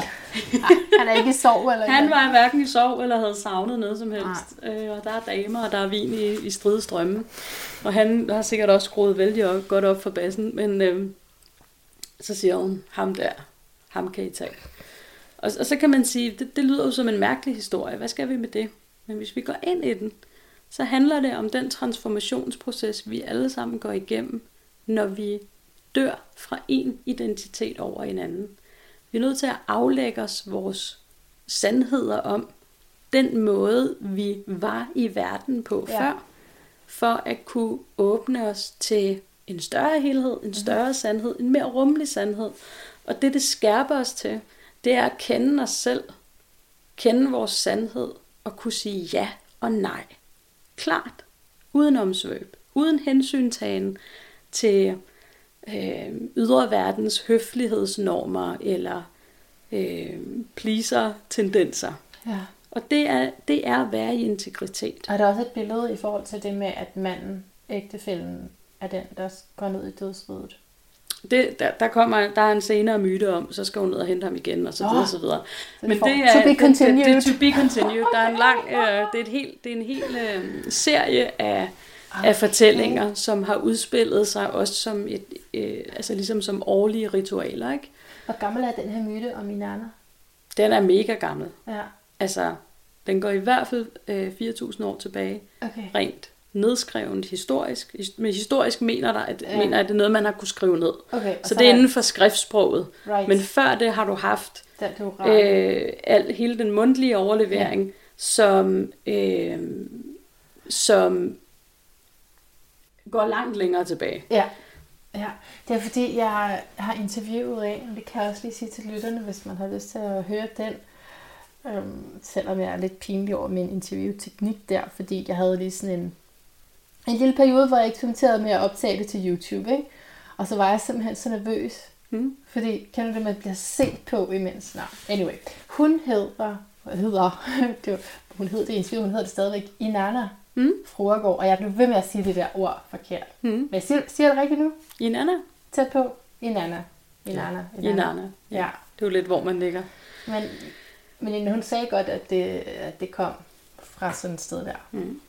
er ikke i sorg eller han var hverken i sorg eller havde savnet noget som helst. Og der er damer, og der er vin i stridestrømme. Og han har sikkert også skruet vældig godt op for bassen, men så siger hun, ham kan I tage. Og så kan man sige, det lyder jo som en mærkelig historie. Hvad skal vi med det? Men hvis vi går ind i den, så handler det om den transformationsproces, vi alle sammen går igennem, når vi dør fra en identitet over en anden. Vi er nødt til at aflægge os vores sandheder om den måde, vi var i verden på før, for at kunne åbne os til en større helhed, en større sandhed, en mere rummelig sandhed. Og det skærper os til, det er at kende os selv, kende vores sandhed og kunne sige ja og nej. Klart, uden omsvøb, uden hensyntagen til ydre verdens høflighedsnormer eller pleaser-tendenser. Ja. Og det er at være i integritet. Og der er også et billede i forhold til det med, at manden, ægtefælden, er den, der går ned i dødsriget. Der er en senere myte om, så skal hun ned og hente ham igen, og så videre, så videre. Men det er to be continued. Det er to be continued. Der er en lang, det er en hel serie af fortællinger, som har udspillet sig også som altså ligesom som årlige ritualer, ikke? Hvor gammel er den her myte om Inanna? Den er mega gammel. Ja. Altså, den går i hvert fald 4.000 år tilbage. Okay. Rent nedskrevet historisk. Med historisk mener at det er noget, man har kunne skrive ned. Okay, så det er inden for skriftsproget. Right. Men før det har du haft hele den mundtlige overlevering, som går langt længere tilbage. Ja. Ja, det er fordi, jeg har interviewet en, og det kan jeg også lige sige til lytterne, hvis man har lyst til at høre den. Selvom jeg er lidt pinlig over min interviewteknik der, fordi jeg havde lige sådan en lille periode, hvor jeg eksperimenterede med at optage det til YouTube, ikke? Og så var jeg simpelthen så nervøs, fordi kender det, man bliver set på imens. No. Anyway, hun hedder det stadigvæk Inanna Fruergaard, og jeg blev ved med at sige det der ord forkert. Men jeg siger det rigtigt nu? Inanna? Tæt på. Inanna. Inanna. Ja. Det er jo lidt, hvor man ligger. Men hun sagde godt, at det kom fra sådan et sted der. Mm.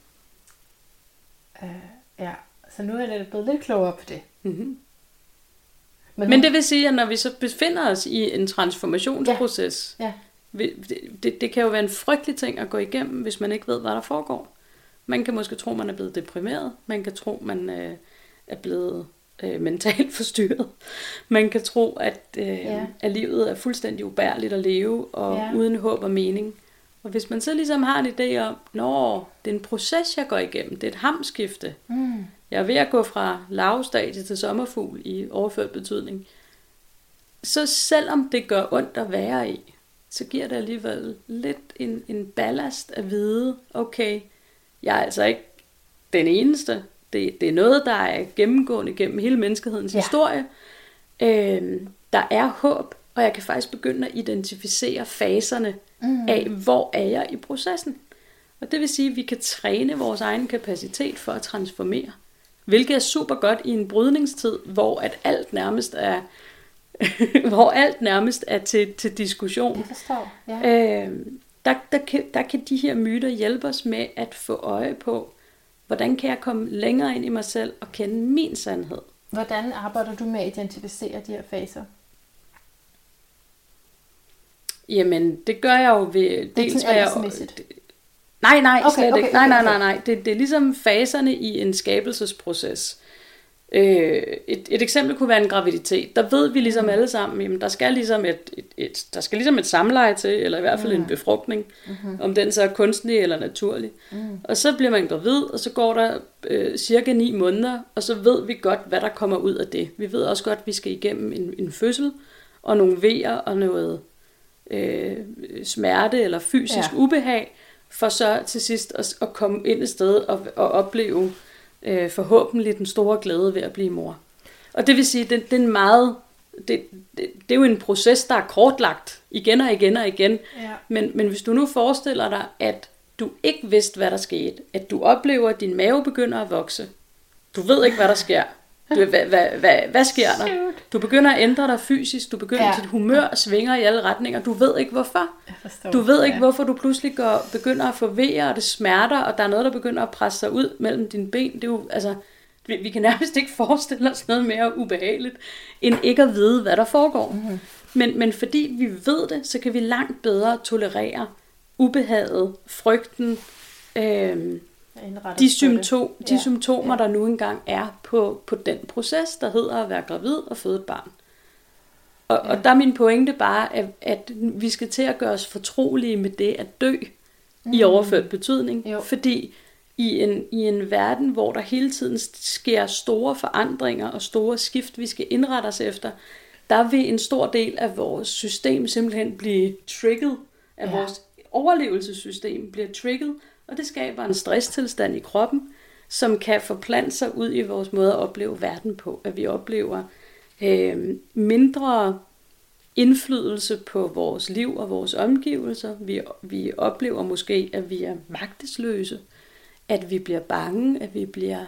Ja, så nu er det blevet lidt klogere på det. Mm-hmm. Men det vil sige, at når vi så befinder os i en transformationsproces, det kan jo være en frygtelig ting at gå igennem, hvis man ikke ved, hvad der foregår. Man kan måske tro, man er blevet deprimeret. Man kan tro, man er blevet mentalt forstyrret. Man kan tro, at livet er fuldstændig ubærligt at leve, og uden håb og mening. Og hvis man så ligesom har en idé om, det er en proces, jeg går igennem, det er et hamskifte. Mm. Jeg er ved at gå fra larvestadie til sommerfugl i overført betydning. Så selvom det gør ondt at være i, så giver det alligevel lidt en ballast at vide, okay, jeg er altså ikke den eneste. Det er noget, der er gennemgående gennem hele menneskehedens historie. Der er håb, og jeg kan faktisk begynde at identificere faserne af, hvor er jeg i processen. Og det vil sige, at vi kan træne vores egen kapacitet for at transformere. Hvilket er super godt i en brydningstid, hvor at alt nærmest er til diskussion. Jeg forstår, ja. Der kan de her myter hjælpe os med at få øje på, hvordan kan jeg komme længere ind i mig selv og kende min sandhed. Hvordan arbejder du med at identificere de her faser? Jamen, det gør jeg jo ved... Det er sådan aldersmæssigt? Nej, slet ikke. Nej. Det er ligesom faserne i en skabelsesproces. Et eksempel kunne være en graviditet. Der ved vi ligesom alle sammen, jamen, der skal ligesom et samleje til, eller i hvert fald en befrugtning, om den så er kunstig eller naturlig. Og så bliver man gravid, og så går der cirka 9 måneder, og så ved vi godt, hvad der kommer ud af det. Vi ved også godt, at vi skal igennem en fødsel, og nogle vejer, og noget smerte eller fysisk ubehag, for så til sidst at komme ind et sted og opleve forhåbentlig den store glæde ved at blive mor. Og det vil sige, det er jo en proces, der er kortlagt igen og igen og igen. Ja. Men hvis du nu forestiller dig, at du ikke vidste, hvad der skete, at du oplever, at din mave begynder at vokse, du ved ikke, hvad der sker. Hvad sker der? Du begynder at ændre dig fysisk, du begynder dit humør svinger i alle retninger, du ved ikke hvorfor. Du ved ikke hvorfor du pludselig begynder at få vejer, og det smerter, og der er noget, der begynder at presse sig ud mellem dine ben. Det er jo, altså, vi kan nærmest ikke forestille os noget mere ubehageligt, end ikke at vide, hvad der foregår. Men fordi vi ved det, så kan vi langt bedre tolerere ubehaget, frygten, de symptomer, der nu engang er på den proces, der hedder at være gravid og føde et barn. Og der er min pointe bare, at vi skal til at gøre os fortrolige med det at dø i overført betydning. Fordi i en verden, hvor der hele tiden sker store forandringer og store skift, vi skal indrette os efter, der vil en stor del af vores system simpelthen blive trigget, af vores overlevelsessystem bliver trigget, og det skaber en stresstilstand i kroppen, som kan forplante sig ud i vores måde at opleve verden på. At vi oplever mindre indflydelse på vores liv og vores omgivelser. Vi oplever måske, at vi er magtesløse, at vi bliver bange, at vi bliver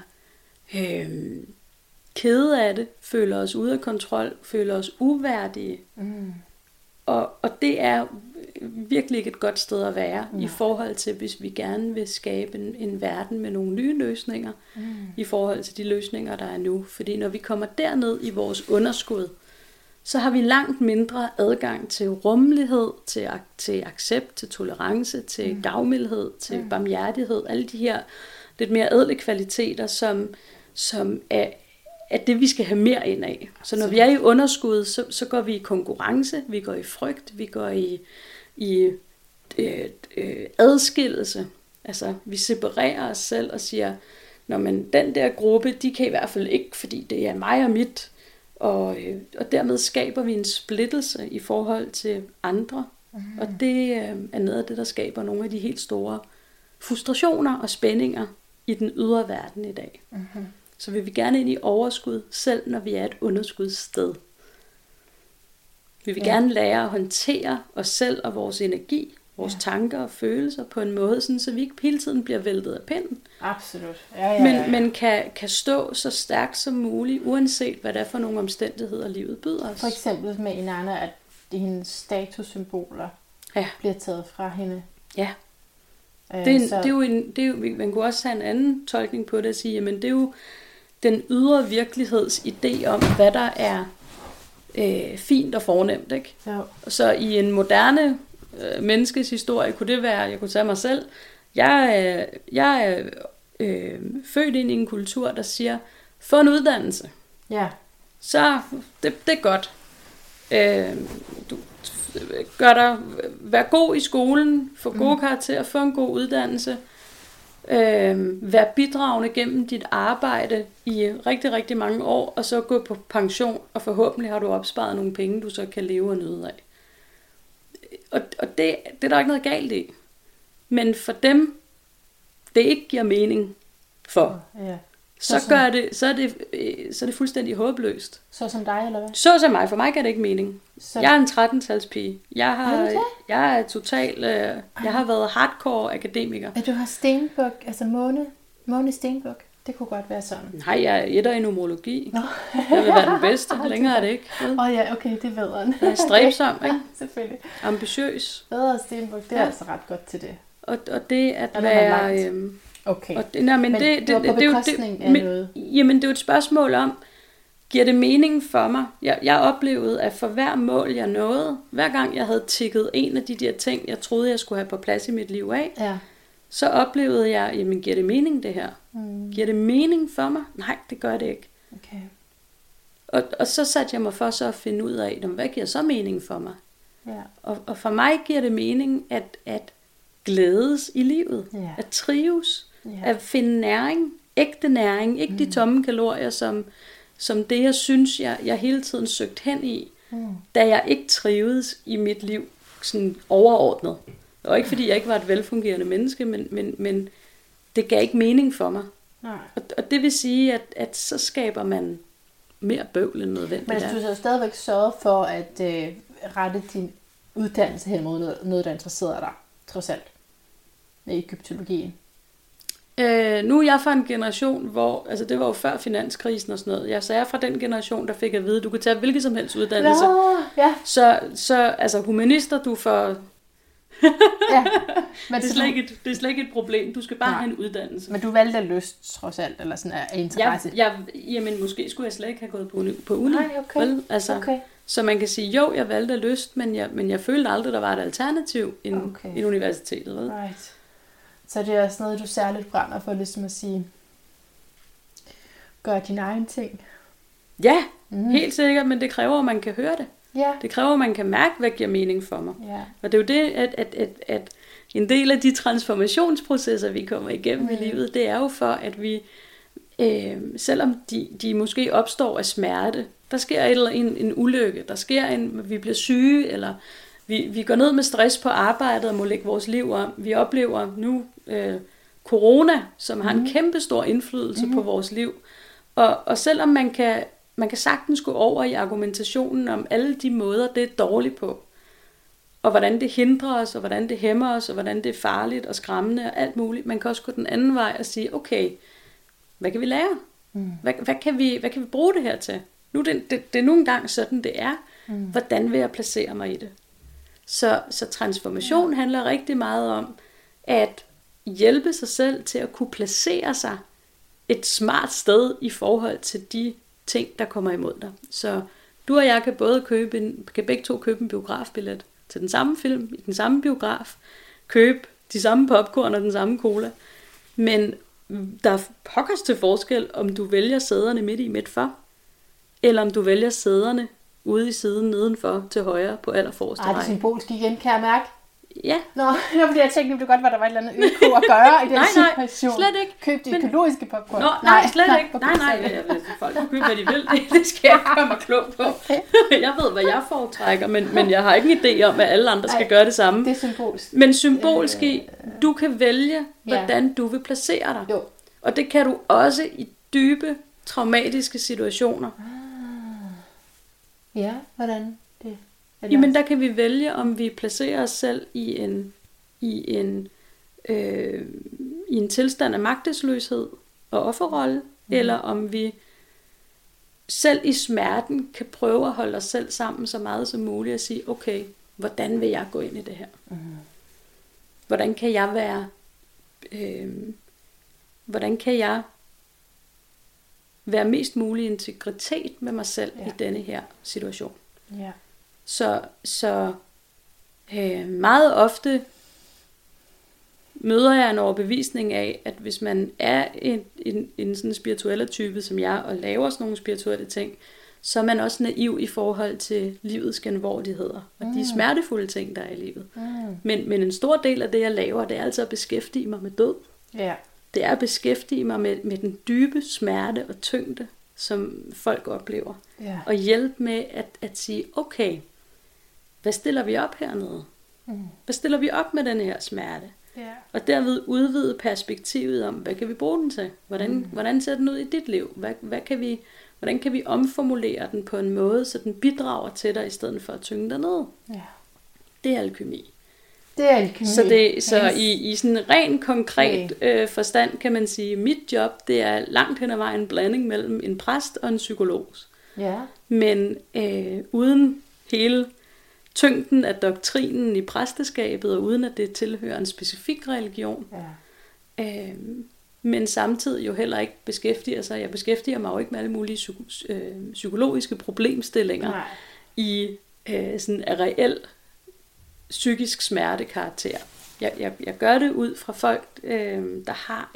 kede af det, føler os ude af kontrol, føler os uværdige. Og det er virkelig ikke et godt sted at være i forhold til, hvis vi gerne vil skabe en verden med nogle nye løsninger i forhold til de løsninger, der er nu. Fordi når vi kommer derned i vores underskud, så har vi langt mindre adgang til rummelighed, til accept, til tolerance, til gavmildhed, til barmhjertighed, alle de her lidt mere ædle kvaliteter, som er det, vi skal have mere ind af. Så når vi er i underskud, så går vi i konkurrence, vi går i frygt, vi går i adskillelse. Altså, vi separerer os selv og siger, men den der gruppe, de kan i hvert fald ikke, fordi det er mig og mit. Og dermed skaber vi en splittelse i forhold til andre. Og det er noget af det, der skaber nogle af de helt store frustrationer og spændinger i den ydre verden i dag. Så vil vi gerne ind i overskud, selv når vi er et underskudssted. Vi vil gerne lære at håndtere os selv og vores energi vores tanker og følelser på en måde, sådan, så vi ikke hele tiden bliver væltet af pinden. Absolut. Ja. Men kan stå så stærkt som muligt, uanset hvad det er for nogle omstændigheder, livet byder os. For eksempel med Inanna, at hendes statussymboler bliver taget fra hende. Ja. Det er jo, man kunne også have en anden tolkning på det og sige, jamen det er jo den ydre virkeligheds idé om, hvad der er fint og fornemt, ikke? Jo. Så i en moderne menneskes historie kunne det være, jeg kunne tage mig selv, jeg er født ind i en kultur, der siger, få en uddannelse. Ja. Så det er godt. Du vær god i skolen, få gode karakterer, få en god uddannelse, vær bidragende gennem dit arbejde i rigtig, rigtig mange år, og så gå på pension, og forhåbentlig har du opsparet nogle penge, du så kan leve og nyde af. Og det er der ikke noget galt i. Men for dem, det ikke giver mening for, så er det fuldstændig håbløst. Så som dig, eller hvad? Så som mig. For mig giver det ikke mening. Jeg er en 13-talspige. Jeg er total... jeg har været hardcore akademiker. Du har stenbuk, altså måne stenbuk. Det kunne godt være sådan. Nej, jeg er etter i numerologi. Jeg vil være den bedste. Længere er det ikke. Ja, okay, det ved han. Jeg er stræbsom, ikke? Selvfølgelig. Ambitiøs. Bedre stenbuk, det er altså ret godt til det. Og det at være... Okay. Men det er på bekostning af noget. Jamen, det er jo et spørgsmål om, giver det mening for mig? Jeg oplevede, at for hver mål, jeg nåede, hver gang jeg havde tikket en af de der ting, jeg troede, jeg skulle have på plads i mit liv af, så oplevede jeg, jamen, giver det mening det her? Giver det mening for mig? Nej, det gør det ikke. Okay. Og så satte jeg mig for så at finde ud af, hvad giver så mening for mig? Ja. Og for mig giver det mening at glædes i livet, at trives, at finde næring, ægte næring, ikke de tomme kalorier, som det jeg synes, jeg hele tiden søgte hen i, da jeg ikke trivedes i mit liv sådan overordnet. Og ikke fordi jeg ikke var et velfungerende menneske, men det gav ikke mening for mig. Nej. Og det vil sige, at så skaber man mere bøvl end nødvendigt. Men du har stadigvæk sørget for at rette din uddannelse hen mod noget, der interesserer dig, trods alt, med egyptologien. Nu er jeg fra en generation, hvor, altså det var jo før finanskrisen og sådan noget, så jeg er fra den generation, der fik at vide, at du kan tage hvilken som helst uddannelse. Ja. Så altså humanister, du får... men det er slet ikke et problem, du skal bare have en uddannelse. Men du valgte at lyst, trods alt, eller sådan af interesse? Jamen måske skulle jeg slet ikke have gået på uni. Nej, okay. Vel? Altså, så man kan sige, jo, jeg valgte at lyst, men jeg følte aldrig, der var et alternativ i universitetet. Vel? Right. Så det er også noget, du særligt brænder for, ligesom at sige, gør din egen ting. Ja, helt sikkert, men det kræver, at man kan høre det. Ja. Det kræver, at man kan mærke, hvad giver mening for mig. Ja. Og det er jo det, at en del af de transformationsprocesser, vi kommer igennem i livet, det er jo for, at vi, selvom de måske opstår af smerte, der sker en ulykke, der sker vi bliver syge, eller vi går ned med stress på arbejdet og må lægge vores liv om. Vi oplever nu corona, som har en kæmpe stor indflydelse på vores liv. Og selvom man kan sagtens gå over i argumentationen om alle de måder, det er dårligt på, og hvordan det hindrer os, og hvordan det hæmmer os, og hvordan det er farligt og skræmmende og alt muligt. Man kan også gå den anden vej og sige, okay, hvad kan vi lære? Hvad kan vi bruge det her til? Nu det er nogle gange sådan, det er. Hvordan vil jeg placere mig i det? Så transformation handler rigtig meget om at hjælpe sig selv til at kunne placere sig et smart sted i forhold til de ting, der kommer imod dig. Så du og jeg kan begge to købe en biografbillet til den samme film, i den samme biograf, købe de samme popcorn og den samme cola, men der er pokkers til forskel, om du vælger sæderne midt for, eller om du vælger sæderne ude i siden nedenfor til højre på allerforreste række. Det er symbolsk igen, kan jeg mærke. Ja. Fordi jeg tænkte, det kunne godt være, der var et eller andet øko at gøre i den situation. Nej, slet ikke. Køb de økologiske popcorn. Nej, slet ikke. Nej, folk kan købe, hvad de vil. Det skal jeg gøre mig klog på. Okay. Jeg ved, hvad jeg foretrækker, men jeg har ikke en idé om, at alle andre skal gøre det samme. Det er symbolsk. Men symbolsk du kan vælge, hvordan du vil placere dig. Jo. Og det kan du også i dybe, traumatiske situationer. Ja, hvordan det? Jamen der kan vi vælge, om vi placerer os selv i en i en tilstand af magtesløshed og offerrolle, eller om vi selv i smerten kan prøve at holde os selv sammen så meget som muligt og sige, okay, hvordan vil jeg gå ind i det her? Hvordan kan jeg være mest mulig integritet med mig selv i denne her situation? Ja. Så meget ofte møder jeg en overbevisning af, at hvis man er en sådan spirituelle type som jeg, og laver sådan nogle spirituelle ting, så er man også naiv i forhold til livets genvordigheder, og de smertefulde ting, der er i livet. Men en stor del af det, jeg laver, det er altså at beskæftige mig med død. Ja. Det er at beskæftige mig med den dybe smerte og tyngde, som folk oplever. Ja. Og hjælpe med at sige, okay, hvad stiller vi op hernede? Hvad stiller vi op med den her smerte? Ja. Og derved udvide perspektivet om, hvad kan vi bruge den til? Hvordan ser den ud i dit liv? Hvordan kan vi omformulere den på en måde, så den bidrager til dig, i stedet for at tynge dig ned? Ja. Det er alkymi. Det er alkymi. Så i sådan en ren konkret forstand kan man sige, at mit job, det er langt hen ad vejen en blanding mellem en præst og en psykolog. Ja. Men uden hele tyngden af doktrinen i præsteskabet, og uden at det tilhører en specifik religion. Ja. Men samtidig jo heller ikke beskæftiger sig. Jeg beskæftiger mig jo ikke med alle mulige psykologiske problemstillinger i sådan en reel psykisk smertekarakter. Jeg gør det ud fra folk, der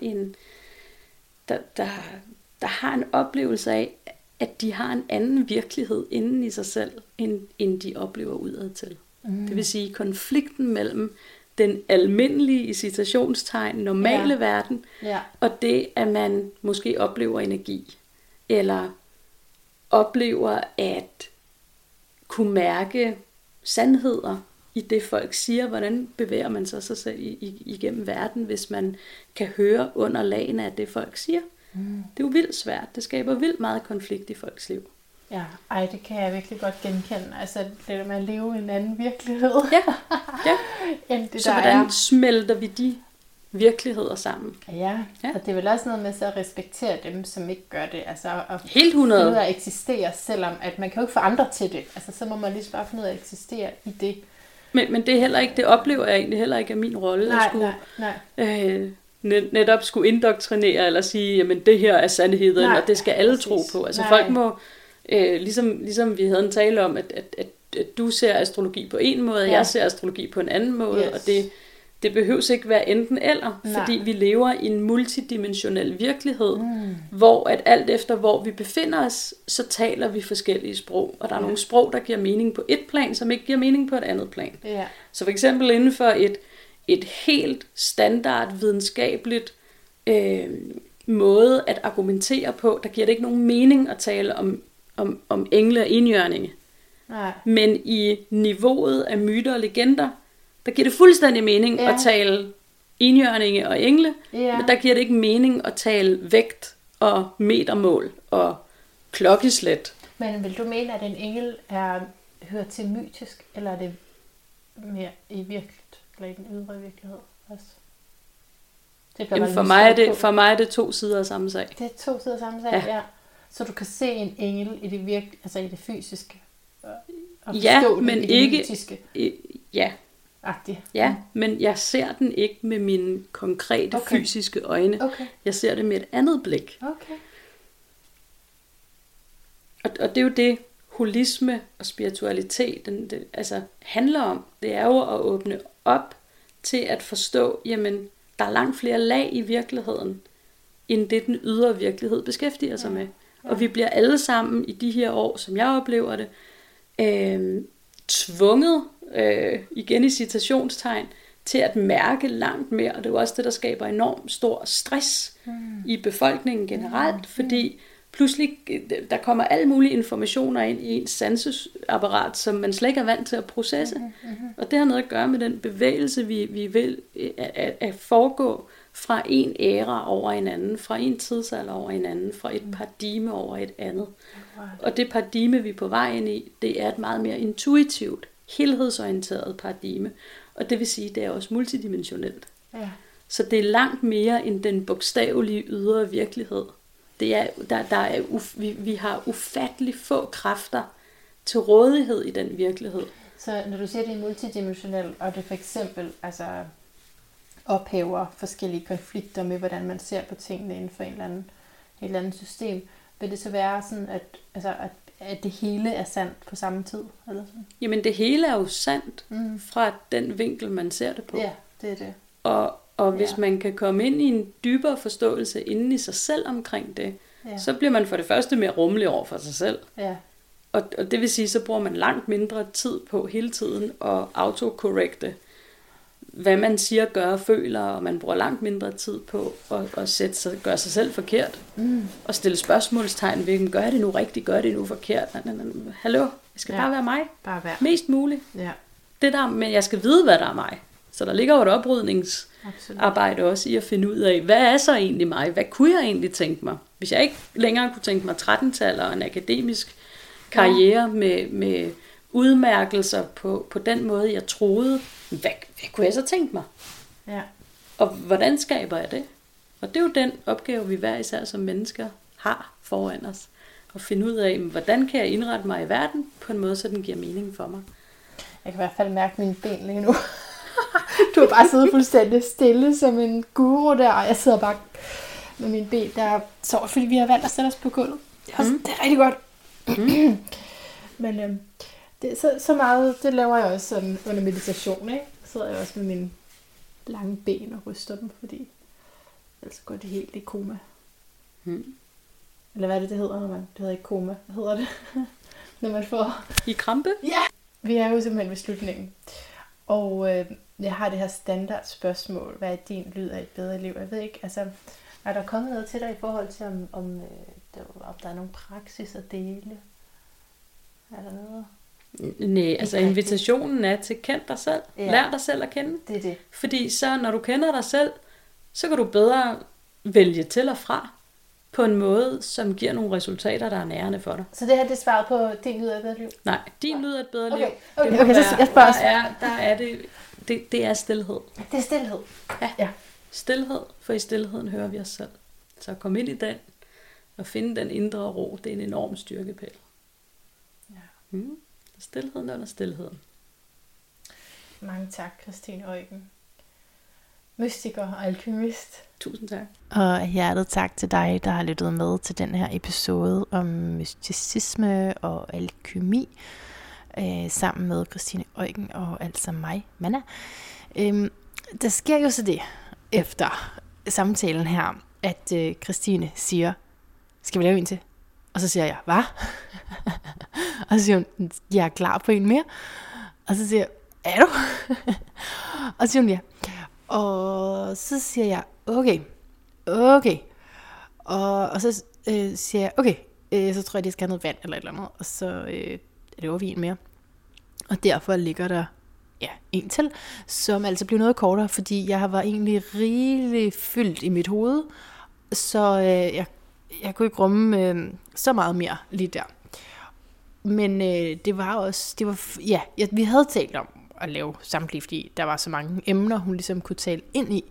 har en oplevelse af, at de har en anden virkelighed inden i sig selv, end de oplever udad til. Det vil sige konflikten mellem den almindelige, i citationstegn, normale verden, og det, at man måske oplever energi, eller oplever at kunne mærke sandheder i det, folk siger. Hvordan bevæger man sig selv igennem verden, hvis man kan høre under lagene af det, folk siger? Det er jo vildt svært. Det skaber vildt meget konflikt i folks liv. Ja, det kan jeg virkelig godt genkende. Altså det der med at leve i en anden virkelighed. Ja. End det, så hvordan smelter vi de virkeligheder sammen? Ja, og det er vel også noget med så at respektere dem, som ikke gør det. Altså at helt 100. Finde ud af at eksistere, selvom at man kan jo ikke få andre til det. Altså så må man lige bare finde ud af at eksistere i det. Men det er heller ikke, det oplever jeg egentlig heller ikke af min rolle. Nej. Netop skulle indoktrinere, eller sige, jamen det her er sandheden, og det skal alle tro på. Altså folk må, ligesom vi havde en tale om, at du ser astrologi på en måde, jeg ser astrologi på en anden måde, og det behøves ikke være enten eller, fordi vi lever i en multidimensionel virkelighed, hvor at alt efter hvor vi befinder os, så taler vi forskellige sprog, og der er nogle sprog, der giver mening på et plan, som ikke giver mening på et andet plan. Så for eksempel inden for et helt standard videnskabeligt måde at argumentere på, der giver det ikke nogen mening at tale om engle og enhjørninge. Men i niveauet af myter og legender, der giver det fuldstændig mening at tale enhjørninge og engle, men der giver det ikke mening at tale vægt og metermål og klokkeslæt. Men vil du mene, at en engel hører til mytisk, eller er det mere i virkeligheden, eller i den ydre virkelighed også? Jamen for mig er det to sider af samme sag. Det er to sider af samme sag, ja. Så du kan se en engel i det altså i det fysiske, og forstå det men i det ikke mytiske. Ja, men jeg ser den ikke med mine konkrete fysiske øjne. Jeg ser det med et andet blik. Og det er jo det, holisme og spiritualitet altså handler om. Det er jo at åbne op til at forstå, jamen, der er langt flere lag i virkeligheden, end det den ydre virkelighed beskæftiger sig med. Og vi bliver alle sammen i de her år, som jeg oplever det, tvunget, igen i citationstegn, til at mærke langt mere. Og det er jo også det, der skaber enormt stor stress i befolkningen generelt, fordi pludselig der kommer alle mulige informationer ind i ens sansesapparat, som man slet ikke er vant til at processe. Og det har noget at gøre med den bevægelse, vi vil at foregå fra en æra over en anden, fra en tidsalder over en anden, fra et paradigme over et andet. Og det paradigme, vi er på vej ind i, det er et meget mere intuitivt, helhedsorienteret paradigme. Og det vil sige, det er også multidimensionelt. Ja. Så det er langt mere end den bogstavelige ydre virkelighed. Det er, vi har ufattelig få kræfter til rådighed i den virkelighed. Så når du siger, det er multidimensionelt, og det for eksempel ophæver forskellige konflikter med, hvordan man ser på tingene inden for et eller andet system, vil det så være sådan, at det hele er sandt på samme tid? Eller sådan? Jamen det hele er jo sandt fra den vinkel, man ser det på. Ja, det er det. Og hvis man kan komme ind i en dybere forståelse inden i sig selv omkring det, så bliver man for det første mere rummelig over for sig selv. Ja. Og det vil sige, så bruger man langt mindre tid på hele tiden at autokorrekte, hvad man siger, gør og føler, og man bruger langt mindre tid på at gøre sig selv forkert, og stille spørgsmålstegn ved, gør jeg det nu rigtigt, gør jeg det nu forkert? Hallo, jeg skal bare være mig. Bare være. Mest muligt. Ja. Det der, men jeg skal vide, hvad der er mig. Så der ligger jo et oprydningsarbejde også i at finde ud af, hvad er så egentlig mig? Hvad kunne jeg egentlig tænke mig? Hvis jeg ikke længere kunne tænke mig 13-tal og en akademisk karriere med udmærkelser på den måde, jeg troede, hvad kunne jeg så tænke mig? Ja. Og hvordan skaber jeg det? Og det er jo den opgave, vi hver især som mennesker har foran os. At finde ud af, hvordan kan jeg indrette mig i verden på en måde, så den giver mening for mig. Jeg kan i hvert fald mærke mine ben lige nu. Du har bare siddet fuldstændig stille som en guru der, og jeg sidder bare med mine ben der sover, fordi vi har valgt at sætte os på gulvet. Det er rigtig godt. Men det, så meget, det laver jeg også sådan under meditation, ikke? Så sidder jeg også med mine lange ben og ryster dem, fordi ellers går det helt i koma. Eller hvad er det hedder, når man... Det hedder ikke koma. Hvad hedder det? Når man får... I krampe? Ja! Vi er jo simpelthen ved slutningen. Og jeg har det her standard spørgsmål. Hvad er din lyd af et bedre liv? Jeg ved ikke, er der kommet noget til dig i forhold til, om der er nogle praksis at dele? Er der noget? Nej, altså invitationen er til kend dig selv. Ja. Lær dig selv at kende. Det er det. Fordi så, når du kender dig selv, så kan du bedre vælge til og fra på en måde, som giver nogle resultater, der er nærende for dig. Så det her, det er svaret på din lyd af et bedre liv? Nej, din lyd af et bedre liv. Okay, så jeg spørger også. Der er det er stilhed. Det er stilhed. Ja. Stilhed, for i stilheden hører vi os selv. Så kom ind i den, og finde den indre ro, det er en enorm styrkepæl. Ja. Stilheden under stilheden. Mange tak, Christine Eugen. Mystiker og alkymist. Tusind tak. Og hjertet tak til dig, der har lyttet med til den her episode om mysticisme og alkymi, sammen med Christine Eugen og altså mig, Manna. Der sker jo så det, efter samtalen her, at Christine siger, skal vi lave en til? Og så siger jeg, hvad? Og så siger hun, jeg er klar på en mere. Og så siger jeg, er du? Og så siger hun, ja. Og så siger jeg, okay. Og så siger jeg, okay, så tror jeg, de skal have noget vand eller et eller andet. Og så laver vi en mere. Og derfor ligger der en til, som altså blev noget kortere, fordi jeg var egentlig rigeligt fyldt i mit hoved. Så jeg kunne ikke rumme så meget mere lige der. Men det var også, vi havde talt om at lave samtlige, fordi der var så mange emner, hun ligesom kunne tale ind i.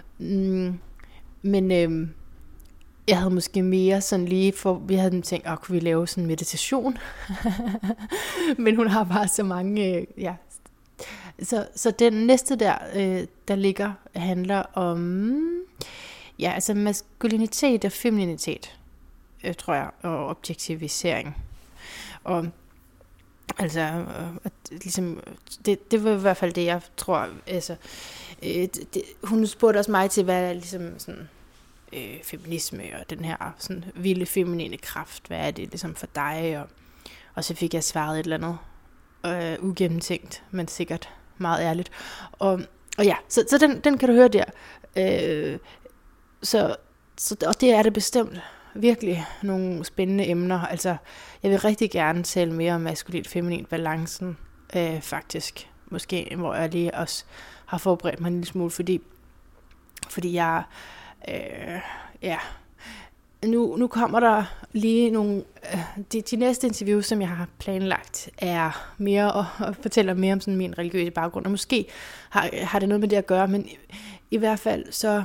Men jeg havde måske mere sådan lige, for vi havde tænkt, kunne vi lave sådan en meditation? Men hun har bare så mange, Så den næste der ligger, handler om, altså maskulinitet og femininitet, tror jeg, og objektivisering. Og altså, ligesom, det var i hvert fald det, jeg tror, altså, hun spurgte også mig til, hvad er ligesom sådan, feminisme og den her sådan vilde feminine kraft, hvad er det ligesom for dig, og så fik jeg svaret et eller andet ugennemtænkt, men sikkert meget ærligt, og så den kan du høre der, og det er det bestemt virkelig nogle spændende emner. Altså, jeg vil rigtig gerne tale mere om maskulin-feminin balancen, faktisk. Måske, hvor jeg lige også har forberedt mig en lille smule, fordi jeg, nu kommer der lige nogle... De næste interviews, som jeg har planlagt, er mere og fortæller mere om sådan min religiøse baggrund. Og måske har det noget med det at gøre, men i hvert fald så...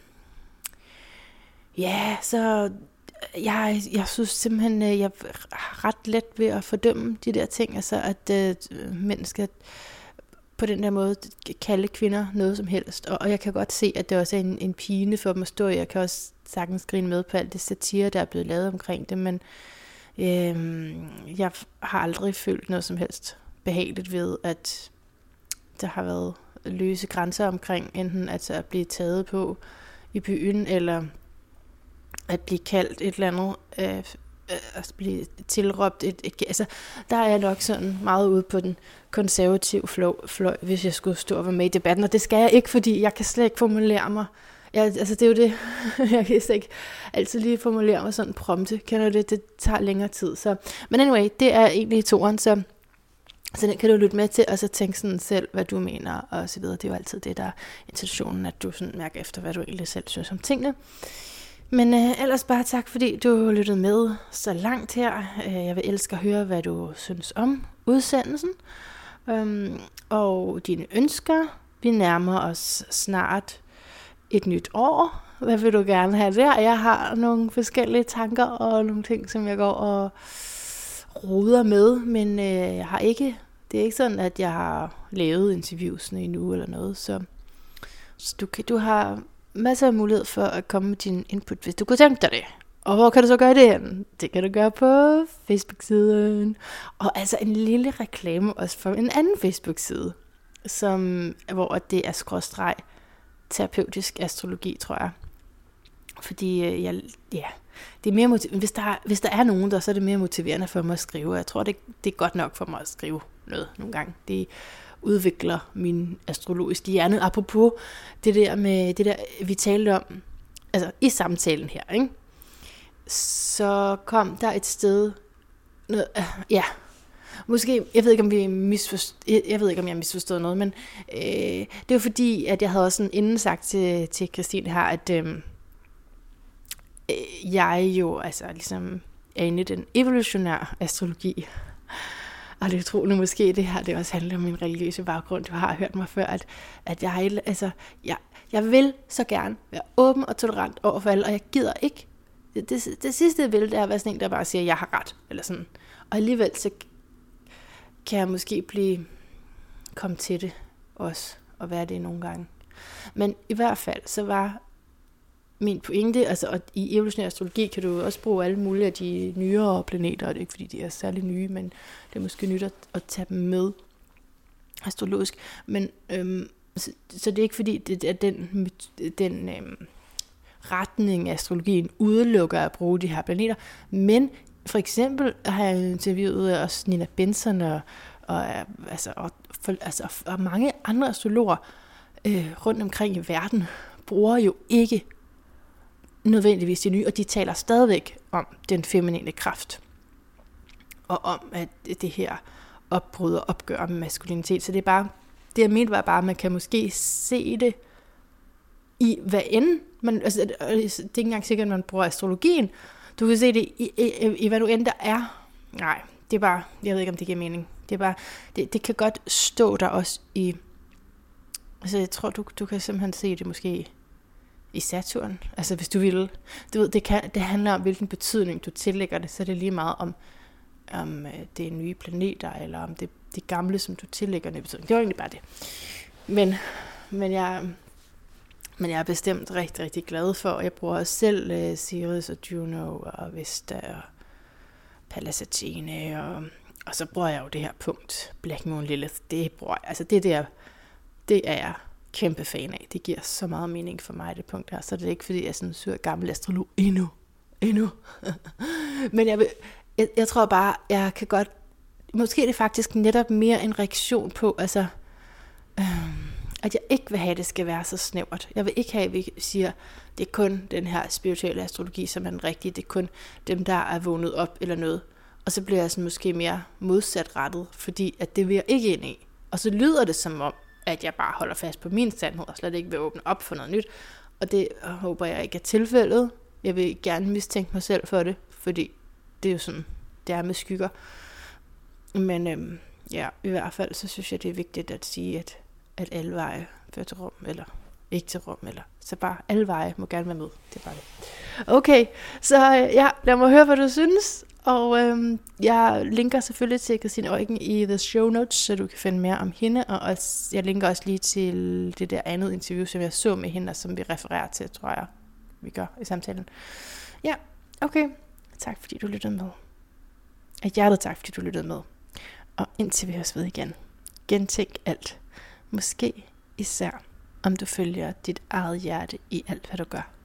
Ja, så... Jeg synes simpelthen, jeg har ret let ved at fordømme de der ting. Altså, at mænd skal på den der måde kalde kvinder noget som helst. Og jeg kan godt se, at det også er en pine for dem at stå i. Jeg kan også sagtens grine med på alt det satire, der er blevet lavet omkring det. Men jeg har aldrig følt noget som helst behageligt ved, at der har været løse grænser omkring enten at blive taget på i byen, eller at blive kaldt et eller andet, at blive tilråbt. Altså, der er jeg nok sådan meget ude på den konservative fløj, hvis jeg skulle stå og være med i debatten. Og det skal jeg ikke, fordi jeg kan slet ikke formulere mig. Altså, det er jo det. Jeg kan slet ikke altid lige formulere mig sådan prompte. Kender du det? Det tager længere tid. Så. Men anyway, det er egentlig toren, så den kan du lytte med til, og så tænke sådan selv, hvad du mener, og så videre. Det er jo altid det, der er intentionen, at du sådan mærker efter, hvad du egentlig selv synes om tingene. Men ellers bare tak, fordi du lyttede med så langt her. Jeg vil elske at høre, hvad du synes om udsendelsen. Og dine ønsker. Vi nærmer os snart et nyt år. Hvad vil du gerne have der? Jeg har nogle forskellige tanker og nogle ting, som jeg går og roder med. Men jeg har ikke... Det er ikke sådan, at jeg har lavet interviewsene endnu eller noget. Så du har masser af mulighed for at komme med din input, hvis du kunne tænke dig det. Og hvor kan du så gøre det hen? Det kan du gøre på Facebook-siden. Og altså en lille reklame også for en anden Facebook-side, hvor det er /terapeutisk astrologi, tror jeg. Fordi det er mere hvis der er nogen der, så er det mere motiverende for mig at skrive. Jeg tror, det er godt nok for mig at skrive noget nogle gange. Det udvikler min astrologiske hjerne. Apropos det der, vi talte om, altså i samtalen her, ikke? Så kom der et sted, måske, jeg ved ikke, om jeg har misforstået noget, men det var fordi, at jeg havde også sådan inden sagt til Christine her, at jeg jo altså ligesom er inde i den evolutionære astrologi. Og det er utroligt måske, det her, det også handler om min religiøse baggrund. Du har hørt mig før, at jeg vil så gerne være åben og tolerant over for alle, og jeg gider ikke. Det sidste, jeg vil, det er at være sådan en, der bare siger, at jeg har ret. Eller sådan. Og alligevel, så kan jeg måske komme til det også, og være det nogle gange. Men i hvert fald, så var min pointe, altså og i evolutionær astrologi kan du også bruge alle mulige af de nyere planeter, og det er ikke fordi de er særlig nye, men det er måske nyt at tage dem med astrologisk. Men så det er ikke fordi det er den retning af astrologien udelukker at bruge de her planeter, men for eksempel har jeg interviewet også Nina Benson og mange andre astrologer rundt omkring i verden bruger jo ikke nødvendigvis de nye, og de taler stadigvæk om den feminine kraft, og om at det her opbrud og opgør med maskulinitet. Så det er bare, det jeg mente var bare, at man kan måske se det i hvad end, altså, det er ikke engang sikkert, at man bruger astrologien, du kan se det i hvad du end der er. Nej, det er bare, jeg ved ikke, om det giver mening. Det er bare, det kan godt stå der også i, altså jeg tror, du kan simpelthen se det måske i Saturn, altså hvis du vil. Du ved, det handler om, hvilken betydning du tillægger det, så er det lige meget om det er nye planeter, eller om det gamle, som du tillægger det betydning. Det var egentlig bare det. Men jeg er bestemt rigtig, rigtig glad for, og jeg bruger også selv Sirius og Juno og Vesta og Pallas Athene, og så bruger jeg jo det her punkt, Black Moon Lilith. Det er jeg kæmpe fan af. Det giver så meget mening for mig, det punkt her. Så det er ikke, fordi jeg er sådan en sur gammel astrolog endnu. Men jeg tror bare, jeg kan godt, måske er det faktisk netop mere en reaktion på, altså, at jeg ikke vil have, at det skal være så snævert. Jeg vil ikke have, at vi siger, det er kun den her spirituelle astrologi, som er den rigtige. Det er kun dem, der er vågnet op eller noget. Og så bliver jeg sådan måske mere modsatrettet, fordi at det vil jeg ikke ind i. Og så lyder det som om, at jeg bare holder fast på min sandhed, og slet ikke vil åbne op for noget nyt. Og det håber jeg ikke er tilfældet. Jeg vil gerne mistænke mig selv for det, fordi det er jo sådan, det er med skygger. Men ja, i hvert fald, så synes jeg, det er vigtigt at sige, at alle veje fører til Rom, eller ikke til Rom, eller så bare alle veje må gerne være med. Det er bare det. Okay, så ja, lad mig høre, hvad du synes. Og jeg linker selvfølgelig til Christine Eugen i the show notes, så du kan finde mere om hende. Og også, jeg linker også lige til det der andet interview, som jeg så med hende, og som vi refererer til, tror jeg, vi gør i samtalen. Ja, okay. Tak fordi du lyttede med. Af hjertet tak fordi du lyttede med. Og indtil vi høres ved igen. Gentænk alt. Måske især om du følger dit eget hjerte i alt, hvad du gør.